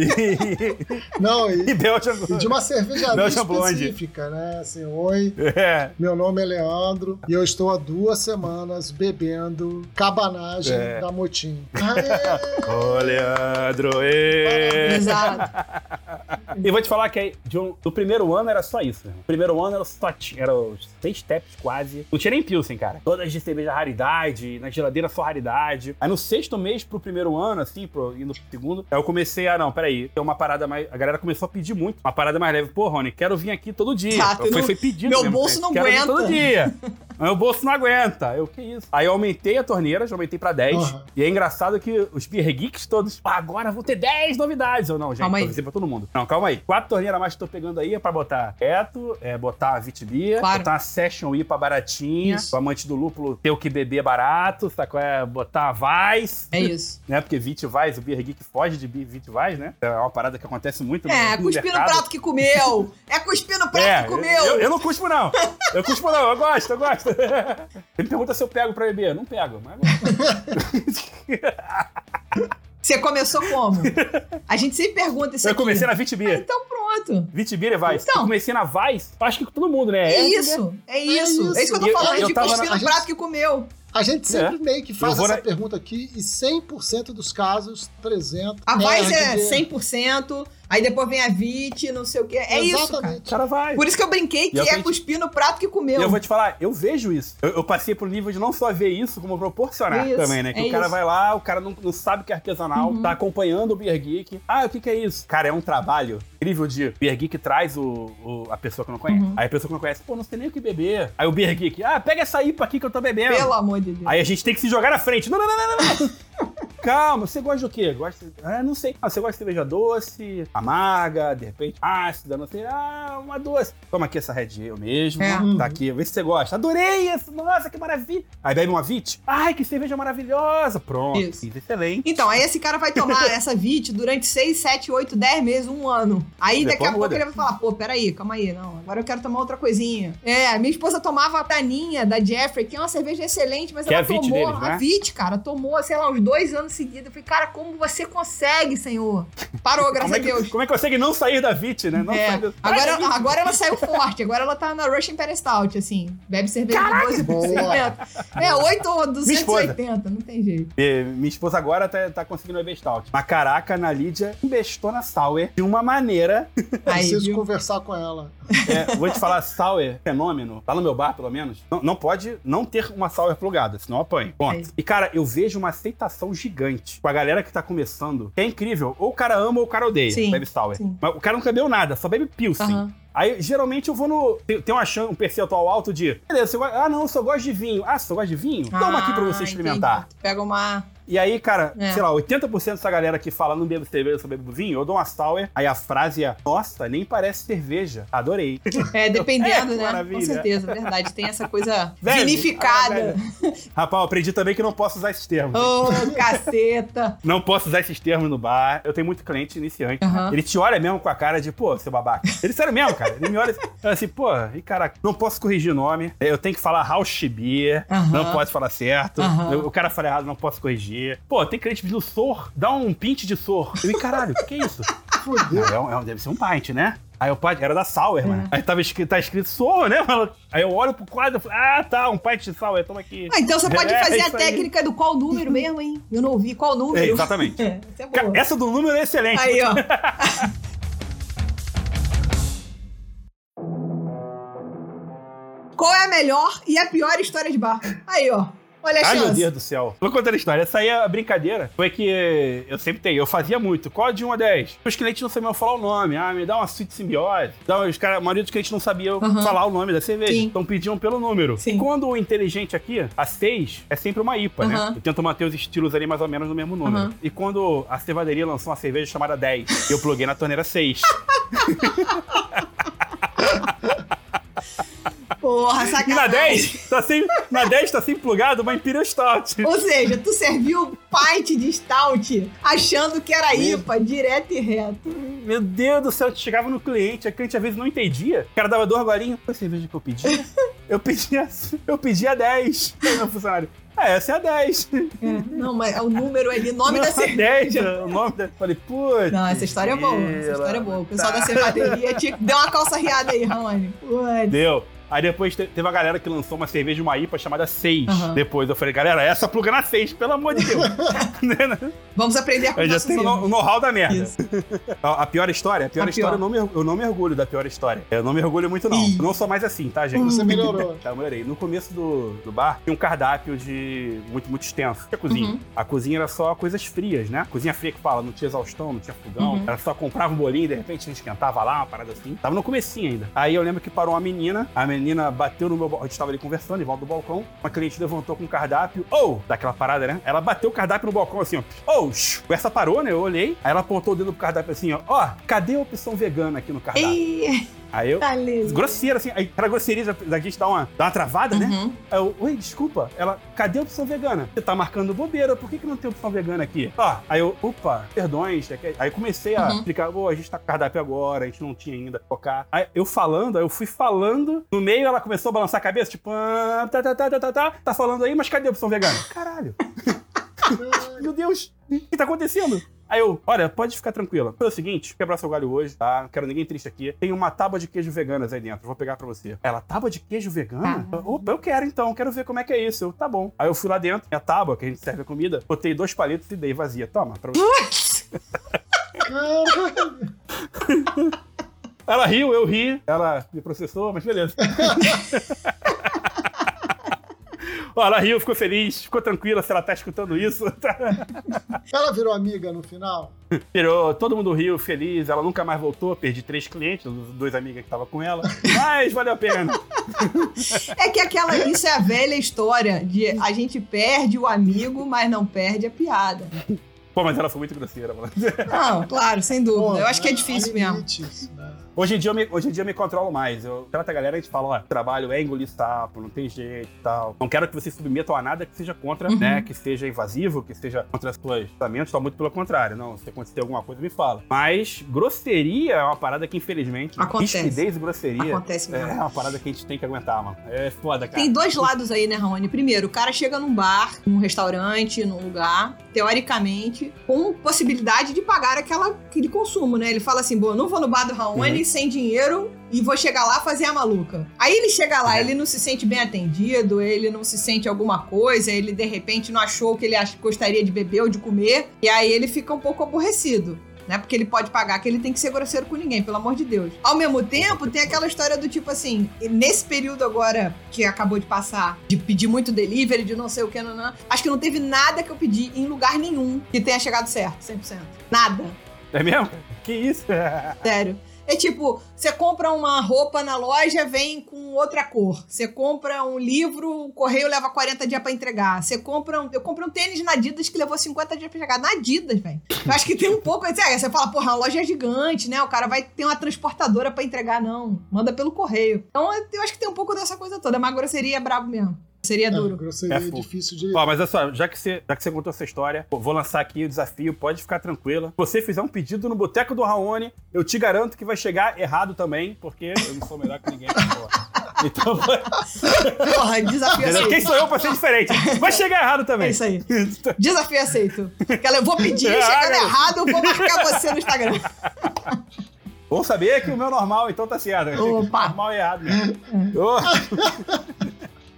Speaker 5: e,
Speaker 6: Não,
Speaker 5: e
Speaker 6: e,
Speaker 5: Belgian
Speaker 6: e de uma cervejaria
Speaker 5: Belgian Blonde.
Speaker 6: específica, né? Assim, oi,
Speaker 5: É,
Speaker 6: meu nome é Leandro e eu estou há duas semanas bebendo cabanagem
Speaker 5: É.
Speaker 6: da Motim. Aê!
Speaker 5: ô Leandro, ê.
Speaker 2: Exato.
Speaker 5: E vou te falar que aí, de um, do primeiro ano era só isso. Né? O primeiro ano era só tinha, era os seis steps quase. Não tinha nem Pilsen, cara. Todas de cerveja raridade, na geladeira só raridade. Aí no sexto mês pro primeiro ano, assim, pro, indo pro segundo, aí eu comecei a, não, peraí, tem uma parada mais... A galera começou a pedir muito, uma parada mais leve. Pô, Rony, quero vir aqui todo dia.
Speaker 2: Exato,
Speaker 5: foi,
Speaker 2: não-
Speaker 5: foi pedido
Speaker 2: meu
Speaker 5: mesmo,
Speaker 2: bolso
Speaker 5: cara.
Speaker 2: não
Speaker 5: Quero vir
Speaker 2: aguenta.
Speaker 5: todo dia. Meu bolso não aguenta. Eu, que isso? Aí eu aumentei a torneira, já aumentei pra dez.
Speaker 6: Uhum.
Speaker 5: E é engraçado que os Beer Geeks todos, ah, agora vou ter dez novidades. Eu, não, gente,
Speaker 2: Calma aí.
Speaker 5: eu avisei pra todo mundo. Não, calma calma aí. Quatro torneiras a mais que eu tô pegando aí é pra botar reto, é, botar uma Vitibia,
Speaker 2: Claro.
Speaker 5: botar uma Session I pra baratinha,
Speaker 2: Isso.
Speaker 5: o amante do lúpulo ter o que beber barato, sacou? É botar Weiss,
Speaker 2: É isso.
Speaker 5: né? Porque Vit Weiss, o Beer Geek foge de Vit Weiss, né? É uma parada que acontece muito
Speaker 2: É,
Speaker 5: no, no
Speaker 2: cuspir no
Speaker 5: mercado.
Speaker 2: prato que comeu. É cuspir no prato
Speaker 5: É,
Speaker 2: que comeu.
Speaker 5: eu, eu não cuspo não. Eu cuspo não, eu gosto, eu gosto. Você me pergunta se eu pego pra beber. Não pego, mas eu gosto.
Speaker 2: Você começou como? A gente sempre pergunta isso
Speaker 5: Eu
Speaker 2: aqui.
Speaker 5: comecei na Vitibia.
Speaker 2: Então pronto.
Speaker 5: Vitibia e Weiss.
Speaker 2: Então.
Speaker 5: Eu comecei na Weiss, acho que todo mundo, né?
Speaker 2: É
Speaker 5: Essa,
Speaker 2: isso,
Speaker 5: né?
Speaker 2: é isso.
Speaker 6: isso.
Speaker 2: É isso que eu tô
Speaker 5: Eu-
Speaker 2: falando,
Speaker 5: eu
Speaker 2: de
Speaker 5: tava
Speaker 2: cuspir
Speaker 6: na-
Speaker 2: no prato que comeu.
Speaker 6: A gente sempre
Speaker 5: É.
Speaker 6: meio que faz
Speaker 5: Eu vou
Speaker 6: essa
Speaker 5: na-
Speaker 6: pergunta aqui e cem por cento dos casos apresenta.
Speaker 2: A Weiss é
Speaker 6: nerd,
Speaker 2: cem por cento, aí depois vem a Vit, não sei o quê. É isso, cara.
Speaker 6: Exatamente.
Speaker 5: O cara vai.
Speaker 2: Por isso que eu brinquei que
Speaker 5: E eu
Speaker 2: é
Speaker 5: acredito-
Speaker 2: cuspir no prato que
Speaker 5: E
Speaker 2: comeu.
Speaker 5: eu vou te falar, eu vejo isso. Eu, eu passei pro nível de não só ver isso, como proporcionar
Speaker 2: Isso,
Speaker 5: também, né? Que
Speaker 2: é
Speaker 5: o cara
Speaker 2: isso.
Speaker 5: vai lá, o cara não, não sabe que é artesanal, tá acompanhando o Beer Geek. Ah, o que que é isso? Cara, é um trabalho incrível de Beer Geek traz o, o- a pessoa que não conhece. Aí a pessoa que não conhece, pô, não sei nem o que beber. Aí o Beer Geek, ah, pega essa I P A aqui que eu tô bebendo.
Speaker 2: Pelo amor de Deus.
Speaker 5: Aí a gente tem que se jogar na frente. Não, não, não, não, não, não. Calma, você gosta do quê? Gosta de... Ah, não sei. Ah, você gosta de cerveja doce, amarga, de repente ácida, não sei. Ah, uma doce. Toma aqui essa Red Ale mesmo.
Speaker 2: É.
Speaker 5: Tá aqui, vê se você gosta. Adorei isso. Nossa, que maravilha. Aí bebe uma Vit. Ai, que cerveja maravilhosa. Pronto.
Speaker 2: Isso.
Speaker 5: Isso. Excelente.
Speaker 2: Então, aí esse cara vai tomar essa Vit durante seis, sete, oito, dez meses, um ano. Aí daqui
Speaker 5: Depois
Speaker 2: a pouco
Speaker 5: muda.
Speaker 2: ele vai falar, pô, peraí, calma aí, não, agora eu quero tomar outra coisinha. É, minha esposa tomava a Taninha da Jeffrey, que é uma cerveja excelente, mas
Speaker 5: Que é
Speaker 2: ela
Speaker 5: a Vit
Speaker 2: tomou,
Speaker 5: deles, né?
Speaker 2: a Vit, cara, tomou, sei lá, uns dois anos seguidos. Eu falei, cara, como você consegue, senhor? Parou, graças
Speaker 5: Como é,
Speaker 2: a Deus.
Speaker 5: que, como é que consegue não sair da Vit, né? Não
Speaker 2: É,
Speaker 5: sair do-
Speaker 2: agora,
Speaker 5: Sai da Vit.
Speaker 2: agora ela saiu forte, agora ela tá na Russian Imperial Stout, assim. Bebe cerveja de doze por cento. É, oito ou duzentos e oitenta, não tem jeito.
Speaker 5: E minha esposa agora tá, tá conseguindo beber stout. Mas caraca, a Ana Lídia investou na Sour de uma maneira.
Speaker 2: Aí,
Speaker 6: Preciso
Speaker 2: viu?
Speaker 6: conversar com ela.
Speaker 5: É, vou te falar, Sour, fenômeno, lá no meu bar, pelo menos, não, não pode não ter uma Sour plugada, senão apanha. Ponto.
Speaker 2: É.
Speaker 5: E, cara, eu vejo uma aceitação gigante com a galera que tá começando. É incrível. Ou o cara ama ou o cara odeia.
Speaker 2: Sim,
Speaker 5: Bebe Sour.
Speaker 2: sim.
Speaker 5: Mas o cara não bebeu nada, só bebe Pilsen.
Speaker 2: Aham.
Speaker 5: Aí, geralmente, eu vou no... Tem, tem uma chan- um percentual alto de... Beleza, você gosta... Ah, não, eu só gosto de vinho. Ah, você só gosta de vinho? Toma aqui pra você
Speaker 2: Ah,
Speaker 5: experimentar.
Speaker 2: entendi. Tu pega uma...
Speaker 5: E aí, cara,
Speaker 2: É.
Speaker 5: sei lá, oitenta por cento dessa galera que fala não bebo cerveja, só bebo vinho, eu dou uma sour, aí a frase é, nossa, nem parece cerveja. Adorei.
Speaker 2: É, dependendo,
Speaker 5: É,
Speaker 2: né?
Speaker 5: maravilha.
Speaker 2: Com certeza, verdade. Tem essa coisa
Speaker 5: Velho,
Speaker 2: vinificada.
Speaker 5: ah, Rapaz, eu aprendi também que não posso usar esses termos.
Speaker 2: Ô, caceta.
Speaker 5: Não posso usar esses termos no bar. Eu tenho muito cliente iniciante.
Speaker 2: Aham.
Speaker 5: Ele te olha mesmo com a cara de, pô, seu babaca. Ele sério mesmo, cara. Ele me olha assim, fala assim, pô, e caraca, não posso corrigir o nome. Eu tenho que falar House Beer.
Speaker 2: Aham.
Speaker 5: Não pode falar certo.
Speaker 2: Aham.
Speaker 5: Eu- O cara fala errado, não posso corrigir. Pô, tem cliente pedindo sor. Dá um pint de sor. Eu, e caralho, o que, que é isso?
Speaker 6: Fudeu.
Speaker 5: É um- é um- deve ser um pint, né? Aí o pint era da Sour, mano. Aí tava escrito, tá escrito Sour, né, mano? Aí eu olho pro quadro e falo, ah, tá, um pint de Sour, toma aqui.
Speaker 2: Ah, então você pode
Speaker 5: É,
Speaker 2: fazer
Speaker 5: é
Speaker 2: a
Speaker 5: isso aí.
Speaker 2: técnica do qual número mesmo, hein? Eu não ouvi qual número.
Speaker 5: É, exatamente.
Speaker 2: É, essa é
Speaker 5: Cara,
Speaker 2: boa.
Speaker 5: essa do número é excelente.
Speaker 2: Aí, ó. Qual é a melhor e a pior história de bar? Aí, ó. Olha a
Speaker 5: Ai, meu
Speaker 2: chance.
Speaker 5: Deus do céu. Vou contar a história. Essa aí é a brincadeira. Foi que eu sempre tenho. Eu fazia muito. Qual de um a dez? Os clientes não sabiam falar o nome. Ah, me dá uma Sweet Simbiose. Dá, os cara, a maioria dos clientes não sabiam
Speaker 2: Aham.
Speaker 5: falar o nome da cerveja.
Speaker 2: Sim.
Speaker 5: Então pediam pelo número.
Speaker 2: Sim.
Speaker 5: E quando o inteligente aqui, a seis, é sempre uma I P A, né?
Speaker 2: Aham.
Speaker 5: Eu tento manter os estilos ali mais ou menos no mesmo número.
Speaker 2: Aham.
Speaker 5: E quando a cervejaria lançou uma cerveja chamada dez, eu pluguei na torneira seis.
Speaker 2: Porra,
Speaker 5: E
Speaker 2: sacanagem.
Speaker 5: na dez, tá sem, na dez tá sem plugado uma Imperial Stout.
Speaker 2: Ou seja, tu serviu pint de stout achando que era I P A, direto e reto.
Speaker 5: Meu Deus do céu, chegava no cliente, a cliente às vezes não entendia. O cara dava dois golinhos. Foi a cerveja que eu pedi? Eu pedia, eu pedia dez. Aí meu funcionário, ah, essa é a dez.
Speaker 2: É, não, mas é o número ali, nome da
Speaker 5: Não, a dez,
Speaker 2: cerveja.
Speaker 5: o nome da... Falei, putz.
Speaker 2: Não, essa história é boa, essa história é boa. O pessoal
Speaker 5: Tá.
Speaker 2: da cervejaria tinha que dar uma calça riada aí, Rony. Putz.
Speaker 5: Deu. Aí depois te- teve uma galera que lançou uma cerveja, uma I P A chamada seis.
Speaker 2: Aham.
Speaker 5: Depois eu falei, galera, essa pluga na seis, pelo amor de Deus.
Speaker 2: Vamos aprender com
Speaker 5: Eu já
Speaker 2: nossos
Speaker 5: tenho o
Speaker 2: erros.
Speaker 5: know- o know-how da merda.
Speaker 2: Isso.
Speaker 5: A a pior história? A pior
Speaker 2: A
Speaker 5: história,
Speaker 2: pior.
Speaker 5: Eu, não me, eu não me orgulho da pior história. Eu não me orgulho muito, não.
Speaker 2: Ih.
Speaker 5: Eu não sou mais assim, tá, gente?
Speaker 6: Você melhorou.
Speaker 5: Tá, eu melhorei. No começo do, do bar, tinha um cardápio de muito, muito extenso. A cozinha.
Speaker 2: Uhum.
Speaker 5: A cozinha era só coisas frias, né? Cozinha fria que fala, não tinha exaustão, não tinha fogão.
Speaker 2: Uhum.
Speaker 5: Era só comprava um bolinho e de repente a gente esquentava lá, uma parada assim. Tava no comecinho ainda. Aí eu lembro que parou uma menina, a menina bateu no meu balcão. A gente tava ali conversando em volta do balcão. Uma cliente levantou com o cardápio. Ou, oh! daquela parada, né? Ela bateu o cardápio no balcão assim, ó. Ou, oh! essa parou, né? Eu olhei. Aí ela apontou o dedo pro cardápio assim, ó. Ó, oh, cadê a opção vegana aqui no cardápio?
Speaker 2: Ei.
Speaker 5: Aí eu,
Speaker 2: tá
Speaker 5: grosseira, assim, aí pra grosseria da gente dar uma, dar uma travada, uhum. né? Aí eu, oi, desculpa, ela, cadê a opção vegana? Você tá marcando bobeira, por que que não tem opção vegana aqui? Ó, aí eu, opa, perdões. Aí comecei a uhum. explicar, oh, a gente tá com cardápio agora, a gente não tinha ainda tocar. Aí eu falando, aí eu fui falando, no meio ela começou a balançar a cabeça, tipo, ah, tá, tá, tá, tá, tá, tá, tá falando aí, mas cadê a opção vegana? Caralho. Meu Deus, o que tá acontecendo? Aí eu, olha, pode ficar tranquila. Foi o seguinte, quebrar seu galho hoje, tá? Não quero ninguém triste aqui. Tem uma tábua de queijo veganas aí dentro, vou pegar pra você. Ela, tábua de queijo vegana? Ah. Opa, eu quero então, quero ver como é que é isso. Eu, tá bom. Aí eu fui lá dentro, a tábua, que a gente serve a comida, botei dois palitos e dei vazia. Toma, pra você. Ela riu, eu ri, ela me processou, mas beleza. Ó, ela riu, ficou feliz, ficou tranquila se ela tá escutando isso.
Speaker 6: Ela virou amiga no final?
Speaker 5: Virou, todo mundo riu, feliz, ela nunca mais voltou, perdi três clientes, dois amigas que estavam com ela, mas valeu a pena.
Speaker 2: É que aquela, isso é a velha história de a gente perde o amigo, mas não perde a piada.
Speaker 5: Pô, mas ela foi muito grosseira, mano.
Speaker 2: Não, claro, sem dúvida. Pô, eu acho que é difícil mesmo.
Speaker 6: Né?
Speaker 5: Hoje em, dia eu me, hoje em dia eu me controlo mais. Eu trato a galera e a gente fala, ó, trabalho é engolir sapo, não tem jeito e tal. Não quero que vocês se submetam a nada que seja contra, uhum. né? Que seja invasivo, que seja contra os seus pensamentos, tá muito pelo contrário. Não, se acontecer alguma coisa, me fala. Mas grosseria é uma parada que, infelizmente,
Speaker 2: acontece.
Speaker 5: Rispidez e grosseria
Speaker 2: acontece mesmo.
Speaker 5: É uma parada que a gente tem que aguentar, mano. É foda, cara.
Speaker 2: Tem dois lados aí, né, Raoni? Primeiro, o cara chega num bar, num restaurante, num lugar, teoricamente, com possibilidade de pagar aquela, aquele consumo, né? Ele fala assim, bom, eu não vou no bar do Raoni uhum. sem dinheiro e vou chegar lá fazer a maluca. Aí ele chega lá, é. ele não se sente bem atendido, ele não se sente alguma coisa, ele de repente não achou o que ele ach- gostaria de beber ou de comer, e aí ele fica um pouco aborrecido. Né? Porque ele pode pagar, que ele tem que ser grosseiro com ninguém, pelo amor de Deus. Ao mesmo tempo, tem aquela história do tipo assim, nesse período agora que acabou de passar, de pedir muito delivery, de não sei o que, não, não, acho que não teve nada que eu pedi em lugar nenhum que tenha chegado certo, cem por cento. Nada.
Speaker 5: É mesmo? Que isso?
Speaker 2: Sério. É tipo, você compra uma roupa na loja, vem com outra cor. Você compra um livro, o correio leva quarenta dias pra entregar. Você compra um... Eu comprei um tênis na Adidas que levou cinquenta dias pra chegar. Na Adidas, velho. Eu acho que tem um pouco... Você fala, porra, a loja é gigante, né? O cara vai ter uma transportadora pra entregar. Não, manda pelo correio. Então, eu acho que tem um pouco dessa coisa toda. Mas grosseria é brabo mesmo. Seria duro.
Speaker 6: É, grosseria é, é difícil de...
Speaker 5: Ó, mas olha só, já que, você, já que você contou essa história, pô, vou lançar aqui o desafio, pode ficar tranquila. Se você fizer um pedido no Boteco do Raoni, eu te garanto que vai chegar errado também, porque eu não sou melhor que ninguém. Então,
Speaker 2: porra, desafio aceito.
Speaker 5: Quem sou eu pra ser diferente? Vai chegar errado também.
Speaker 2: É isso aí. Desafio aceito. Eu vou pedir, ah, chegando cara. errado, eu vou marcar você no Instagram.
Speaker 5: Vou saber que o meu normal, então tá certo.
Speaker 2: Opa.
Speaker 5: Normal e errado mesmo. Oh.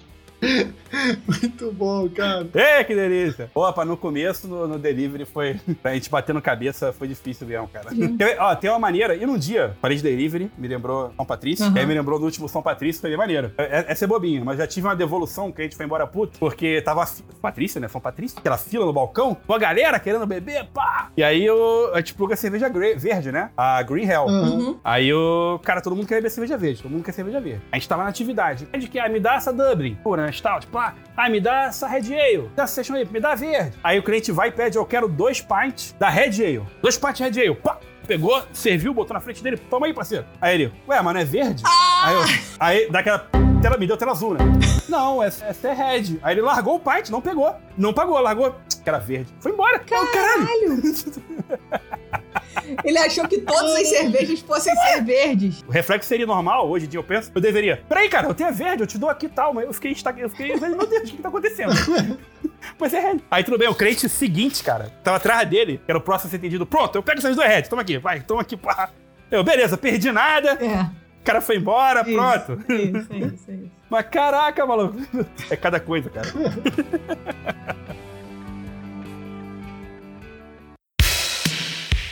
Speaker 6: Muito bom, cara.
Speaker 5: É, que delícia. Opa, no começo, no, no delivery, foi... A gente batendo cabeça, foi difícil mesmo, cara. Tem, ó, tem uma maneira... E num dia, falei de delivery, me lembrou São Patrício. Uhum. Aí me lembrou do último São Patrício, foi maneiro. É, essa é bobinha, mas já tive uma devolução que a gente foi embora puto, porque tava... Patrícia, né? São Patrício. Aquela fila no balcão, com a galera querendo beber, pá! E aí eu, a gente pluga a cerveja verde, né? A Green Hell.
Speaker 2: Uhum.
Speaker 5: Aí o... Cara, todo mundo quer beber cerveja verde. Todo mundo quer cerveja verde. A gente tava na atividade. A gente quer, me dá essa Dublin. Pura, né? Stout, pá. Ah, me dá essa Red Ale. Dá essa Session aí, me dá verde. Aí o cliente vai e pede, eu quero dois pints da Red Ale. Dois pints Red Ale. Pá! Pegou, serviu, botou na frente dele. Toma aí, parceiro. Aí ele, ué, mas não é verde?
Speaker 2: Ah!
Speaker 5: Aí, eu, aí daquela... Tela, me deu tela azul, né? Não, essa, essa é Red. Aí ele largou o pint, não pegou. Não pagou, largou. Que era verde. Foi embora.
Speaker 2: Caralho! caralho. Ele achou que todas as cervejas fossem ser verdes.
Speaker 5: O reflexo seria normal, hoje em dia eu penso. Eu deveria. Peraí, cara, eu tenho a verde, eu te dou aqui e tal. Mas eu fiquei, eu fiquei, meu Deus, o que tá acontecendo? Pois é Red. Aí tudo bem, o cliente seguinte, cara, tava atrás dele, que era o próximo a ser entendido. Pronto, eu pego essas duas Red, toma aqui, vai, toma aqui, pá. Eu, beleza, perdi nada.
Speaker 2: É.
Speaker 5: O cara foi embora,
Speaker 2: isso,
Speaker 5: pronto.
Speaker 2: Isso, isso, isso.
Speaker 5: Mas caraca, maluco. É cada coisa, cara.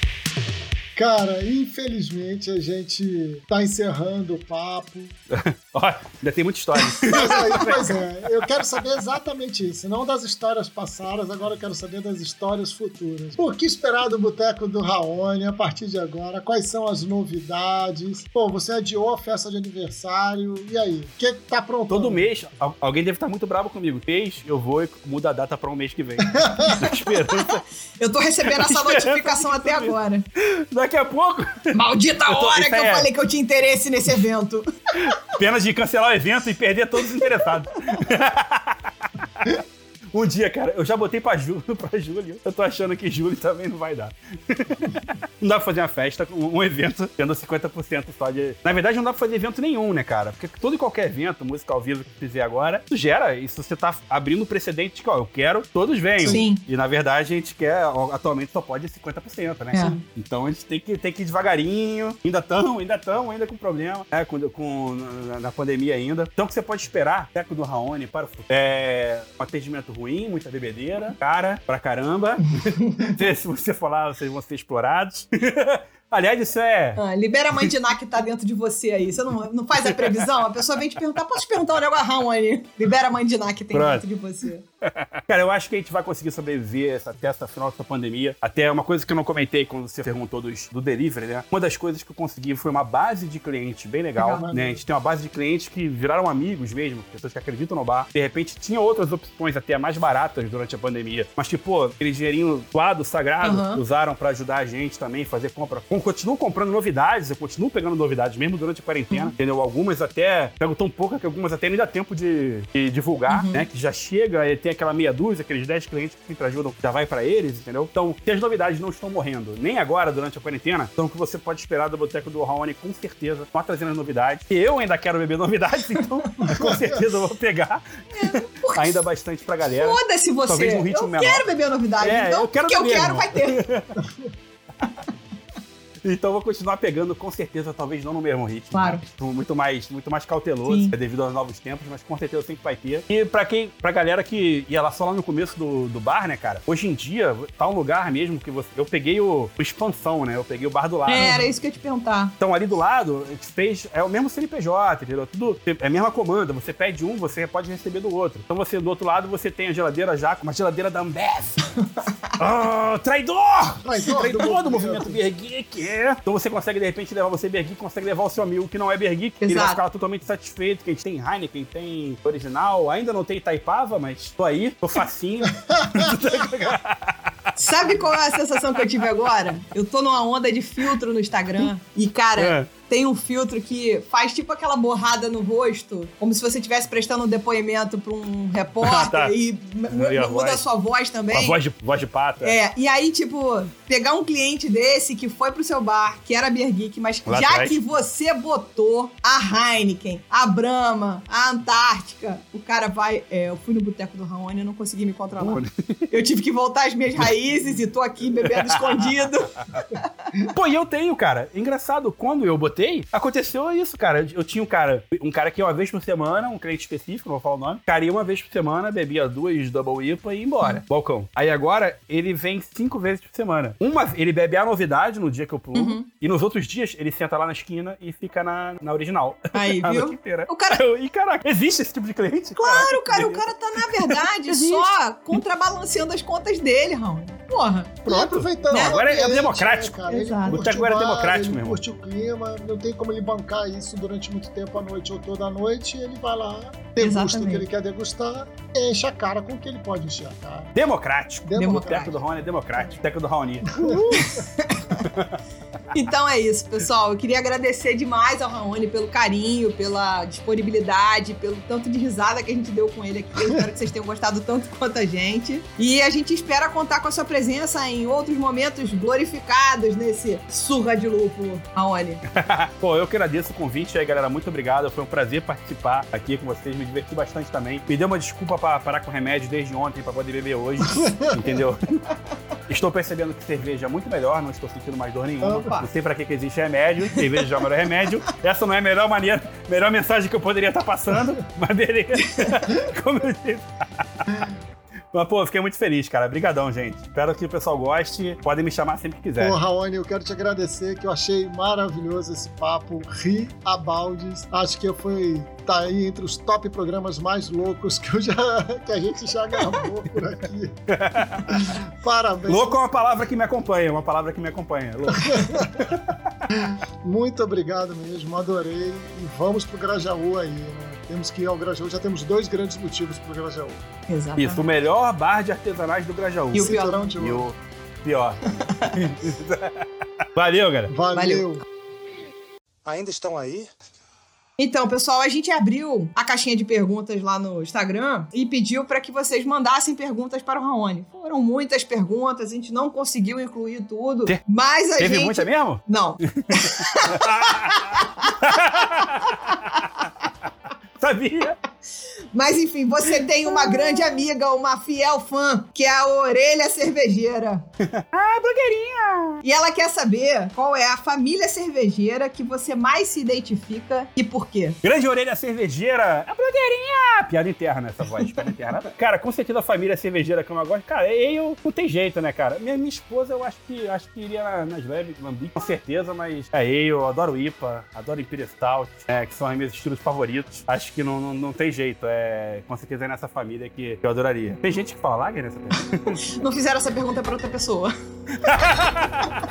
Speaker 6: Cara, infelizmente a gente tá encerrando o papo.
Speaker 5: Ó, ainda tem muita história.
Speaker 6: Mas aí, pois é, eu quero saber exatamente isso. Não das histórias passadas, agora eu quero saber das histórias futuras. O que esperar do Boteco do Raoni a partir de agora? Quais são as novidades? Pô, você adiou a festa de aniversário, e aí? O que tá pronto?
Speaker 5: Todo mês, alguém deve estar muito bravo comigo. Mês, eu vou e mudo a data para um mês que vem. Na esperança.
Speaker 2: Eu tô recebendo essa notificação até agora.
Speaker 5: Daqui a pouco.
Speaker 2: Maldita
Speaker 5: eu tô,
Speaker 2: hora que
Speaker 5: é,
Speaker 2: eu falei que eu tinha interesse nesse evento.
Speaker 5: Pena de cancelar o evento e perder todos os interessados. Um dia, cara, eu já botei pra Júlio, pra Júlio. Eu tô achando que Júlio também não vai dar. Não dá pra fazer uma festa, um, um evento, tendo cinquenta por cento só de... Na verdade, não dá pra fazer evento nenhum, né, cara? Porque todo e qualquer evento, música ao vivo que fizer agora, isso gera, isso você tá abrindo o precedente de que, ó, eu quero, todos venham.
Speaker 2: Sim.
Speaker 5: E, na verdade, a gente quer, atualmente só pode cinquenta por cento, né?
Speaker 2: É.
Speaker 5: Então, a gente tem que, tem que ir devagarinho. Ainda tão, ainda tão, ainda com problema, né? Com, com, na, na pandemia ainda. Então, o que você pode esperar, Boteco do Raoni para o futuro? É um atendimento ruim, muita bebedeira, cara, pra caramba. Se você for lá, vocês vão ser explorados. Aliás, isso é...
Speaker 2: Ah, libera a mandiná que tá dentro de você aí. Você não, não faz a previsão? A pessoa vem te perguntar, posso te perguntar um negócio, Raoni? Libera a mandiná que tem
Speaker 5: Pronto.
Speaker 2: dentro de você.
Speaker 5: Cara, eu acho que a gente vai conseguir sobreviver essa, até essa final dessa pandemia. Até uma coisa que eu não comentei quando você perguntou dos, do delivery, né? Uma das coisas que eu consegui foi uma base de clientes bem legal,
Speaker 2: Legal,
Speaker 5: né? A gente tem uma base de clientes que viraram amigos mesmo, pessoas que acreditam no bar. De repente, tinha outras opções até mais baratas durante a pandemia. Mas, tipo, pô, aquele dinheirinho doado, sagrado,
Speaker 2: Uhum.
Speaker 5: usaram pra ajudar a gente também, fazer compra. Bom, continuo comprando novidades, eu continuo pegando novidades, mesmo durante a quarentena,
Speaker 2: Uhum.
Speaker 5: entendeu? Algumas até, pego tão pouca que algumas até nem dá tempo de, de divulgar,
Speaker 2: Uhum.
Speaker 5: né? Que já chega, e tem aquela meia dúzia, aqueles dez clientes que sempre ajudam, já vai pra eles, entendeu? Então, se as novidades não estão morrendo, nem agora, durante a quarentena, então o que você pode esperar do Boteco do Raoni, com certeza, tá trazendo as novidades. E eu ainda quero beber novidades, então, com certeza eu vou pegar
Speaker 2: Porque
Speaker 5: ainda bastante pra galera.
Speaker 2: Foda-se você.
Speaker 5: Talvez num ritmo
Speaker 2: eu
Speaker 5: menor.
Speaker 2: quero beber novidade.
Speaker 5: É,
Speaker 2: então,
Speaker 5: eu quero
Speaker 2: o que eu
Speaker 5: beber,
Speaker 2: quero
Speaker 5: irmão.
Speaker 2: vai ter.
Speaker 5: Então eu vou continuar pegando, com certeza, talvez não no mesmo ritmo.
Speaker 2: Claro.
Speaker 5: Né? Muito mais, muito mais cauteloso,
Speaker 2: Sim.
Speaker 5: é devido aos novos tempos, mas com certeza sempre vai ter. E pra quem, pra galera que ia lá só lá no começo do, do bar, né, cara? Hoje em dia, tá um lugar mesmo que você... Eu peguei o, o Expansão, né? Eu peguei o bar do lado.
Speaker 2: É, era isso que eu ia te perguntar.
Speaker 5: Então, ali do lado, a gente fez... É o mesmo C N P J, entendeu? Tudo... É a mesma comanda. Você pede um, você pode receber do outro. Então, você, do outro lado, você tem a geladeira já, uma geladeira da Ambev. Ah, traidor!
Speaker 6: Traidor,
Speaker 5: Traidor do movimento Beer Geek. Então, você consegue, de repente, levar você Beer Geek, consegue levar o seu amigo que não é Beer Geek. Ele vai
Speaker 2: Exato.
Speaker 5: ficar totalmente satisfeito, que a gente tem Heineken, tem original. Ainda não tem Itaipava, mas tô aí, tô facinho.
Speaker 2: Sabe qual é a sensação que eu tive agora? Eu tô numa onda de filtro no Instagram e, cara,
Speaker 5: É.
Speaker 2: tem um filtro que faz tipo aquela borrada no rosto, como se você estivesse prestando um depoimento pra um repórter
Speaker 5: Ah, tá.
Speaker 2: e mu-
Speaker 5: E a
Speaker 2: muda
Speaker 5: voz?
Speaker 2: a sua voz também.
Speaker 5: Com a voz de, voz de pata.
Speaker 2: É, e aí, tipo, pegar um cliente desse que foi pro seu bar, que era Beer Geek, mas
Speaker 5: Lá
Speaker 2: já
Speaker 5: atrás.
Speaker 2: que você botou a Heineken, a Brahma, a Antártica, o cara vai... É, eu fui no Boteco do Raoni e não consegui me controlar. Eu tive que voltar às minhas raízes e tô aqui bebendo escondido.
Speaker 5: Pô, e eu tenho, cara. Engraçado, quando eu botei, aconteceu isso, cara. Eu, eu tinha um cara, um cara que ia uma vez por semana, um cliente específico, não vou falar o nome. Cara, ia uma vez por semana, bebia duas Double I P A e ia embora. Balcão. Aí agora, ele vem cinco vezes por semana. Uma, ele bebe a novidade no dia que eu plugo,
Speaker 2: Uhum.
Speaker 5: e nos outros dias, ele senta lá na esquina e fica na, na original.
Speaker 2: Aí,
Speaker 5: A
Speaker 2: viu?
Speaker 5: noite inteira.
Speaker 2: O cara-
Speaker 5: Eu- e caraca, existe esse tipo de cliente?
Speaker 2: Claro,
Speaker 5: Caraca,
Speaker 2: cara, o cara tá, na verdade, só contrabalanceando as contas dele, Raul. Porra.
Speaker 6: E aproveitando
Speaker 2: Né?
Speaker 6: o
Speaker 5: Agora é
Speaker 6: ambiente,
Speaker 5: democrático.
Speaker 6: né, cara? Ele
Speaker 2: Exato.
Speaker 6: curte
Speaker 5: Boteco agora é
Speaker 6: o bar,
Speaker 5: democrático,
Speaker 6: ele
Speaker 5: meu irmão.
Speaker 6: curte o clima, não tem como ele bancar isso durante muito tempo à noite ou toda a noite, ele vai lá, degusta o
Speaker 2: Exatamente.
Speaker 6: que ele quer degustar, enche a cara com o que ele pode encher a cara.
Speaker 5: Democrático. O
Speaker 6: Democrático.
Speaker 5: Boteco do Raoni é democrático. Boteco do Raoni.
Speaker 2: Então é isso, pessoal. Eu queria agradecer demais ao Raoni pelo carinho, pela disponibilidade, pelo tanto de risada que a gente deu com ele aqui. Eu espero que vocês tenham gostado tanto quanto a gente. E a gente espera contar com a sua presença em outros momentos glorificados nesse Surra de Lúpulo, Raoni.
Speaker 5: Pô, eu que agradeço o convite aí, galera. Muito obrigado. Foi um prazer participar aqui com vocês. Me diverti bastante também. Me deu uma desculpa pra parar com remédio desde ontem pra poder beber hoje. Entendeu? Estou percebendo que cerveja é muito melhor, não estou sentindo mais dor nenhuma.
Speaker 2: Opa.
Speaker 5: Não sei pra que, que existe remédio. Cerveja já é o melhor remédio. Essa não é a melhor maneira, melhor mensagem que eu poderia estar passando, mas beleza. Como eu disse. Mas, pô, eu fiquei muito feliz, cara. Obrigadão, gente. Espero que o pessoal goste. Podem me chamar sempre que quiser.
Speaker 6: Pô, Raoni, eu quero te agradecer, que eu achei maravilhoso esse papo. Ri a baldes. Acho que foi... tá aí entre os top programas mais loucos que, eu já, que a gente já gravou por aqui. Parabéns.
Speaker 5: Louco é uma palavra que me acompanha, uma palavra que me acompanha. Louco.
Speaker 6: Muito obrigado mesmo, adorei. E vamos pro Grajaú aí, né? Temos que ir ao Grajaú, já temos dois grandes motivos pro Grajaú.
Speaker 2: Exatamente.
Speaker 5: Isso, o melhor bar de artesanais do Grajaú.
Speaker 2: E o pior.
Speaker 6: Cinturão de
Speaker 5: E
Speaker 6: ouro.
Speaker 5: o pior. Valeu, galera.
Speaker 6: Valeu.
Speaker 2: Valeu.
Speaker 4: Ainda estão aí?
Speaker 2: Então, pessoal, a gente abriu a caixinha de perguntas lá no Instagram e pediu para que vocês mandassem perguntas para o Raoni. Foram muitas perguntas, a gente não conseguiu incluir tudo,
Speaker 5: Te-
Speaker 2: mas a
Speaker 5: Teve
Speaker 2: gente...
Speaker 5: muita mesmo?
Speaker 2: Não.
Speaker 5: Sabia?
Speaker 2: Mas enfim, você tem uma grande amiga, uma fiel fã, que é a Orelha Cervejeira.
Speaker 5: Ah, blogueirinha!
Speaker 2: E ela quer saber qual é a família cervejeira que você mais se identifica e por quê.
Speaker 5: Grande Orelha Cervejeira, a blogueirinha! Piada interna essa voz, piada interna. Cara, com certeza a família cervejeira que eu mais gosto, cara, eu não tem jeito, né, cara? Minha, minha esposa eu acho que, acho que iria na- nas leves, lambique, com certeza, mas é eu, eu adoro I P A, adoro Imperial Stout, é, que são os meus estilos favoritos. Acho que não, não, não tem jeito, é com certeza é nessa família que eu adoraria. Tem gente que fala lager nessa pergunta?
Speaker 2: Não fizeram essa pergunta pra outra pessoa.